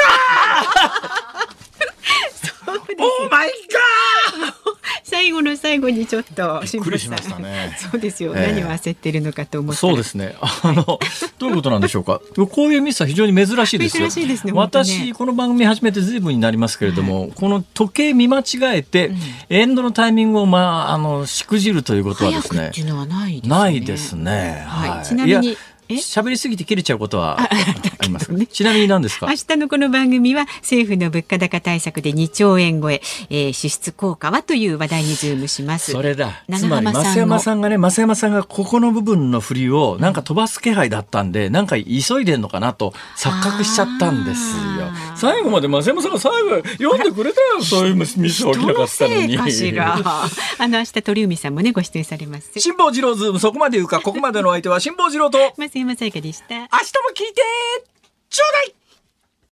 そうです。 オーマイガー最後の最後にちょっとびっくりしましたね。 そうですよ、何を焦ってるのかと思って。 そうですね、どういうことなんでしょうか。こういうミスは非常に珍しいですよ。 珍しいですね。 私この番組始めて随分になりますけれども、この時計見間違えて、エンドのタイミングをしくじるということはですね、 早くっていうのはないですね。 ないですね。 ちなみに喋りすぎて切れちゃうことはありますかね。ちなみに何ですか。 明日のこの番組は政府の物価高対策で2兆円超え、支出効果はという話題にズームします。 それだ。つまり増山さんがここの部分の振りをなんか飛ばす気配だったんで、なんか急いでんのかなと錯覚しちゃったんですよ。最後まで増山さんが最後読んでくれたよ。そういうミス起きなかったのに。 かしら。明日鳥海さんもねご出演されます。 辛坊治郎ズームそこまで言うか。ここまでの相手は辛坊治郎と増山さやかでした。 明日も聞いてちょうだい。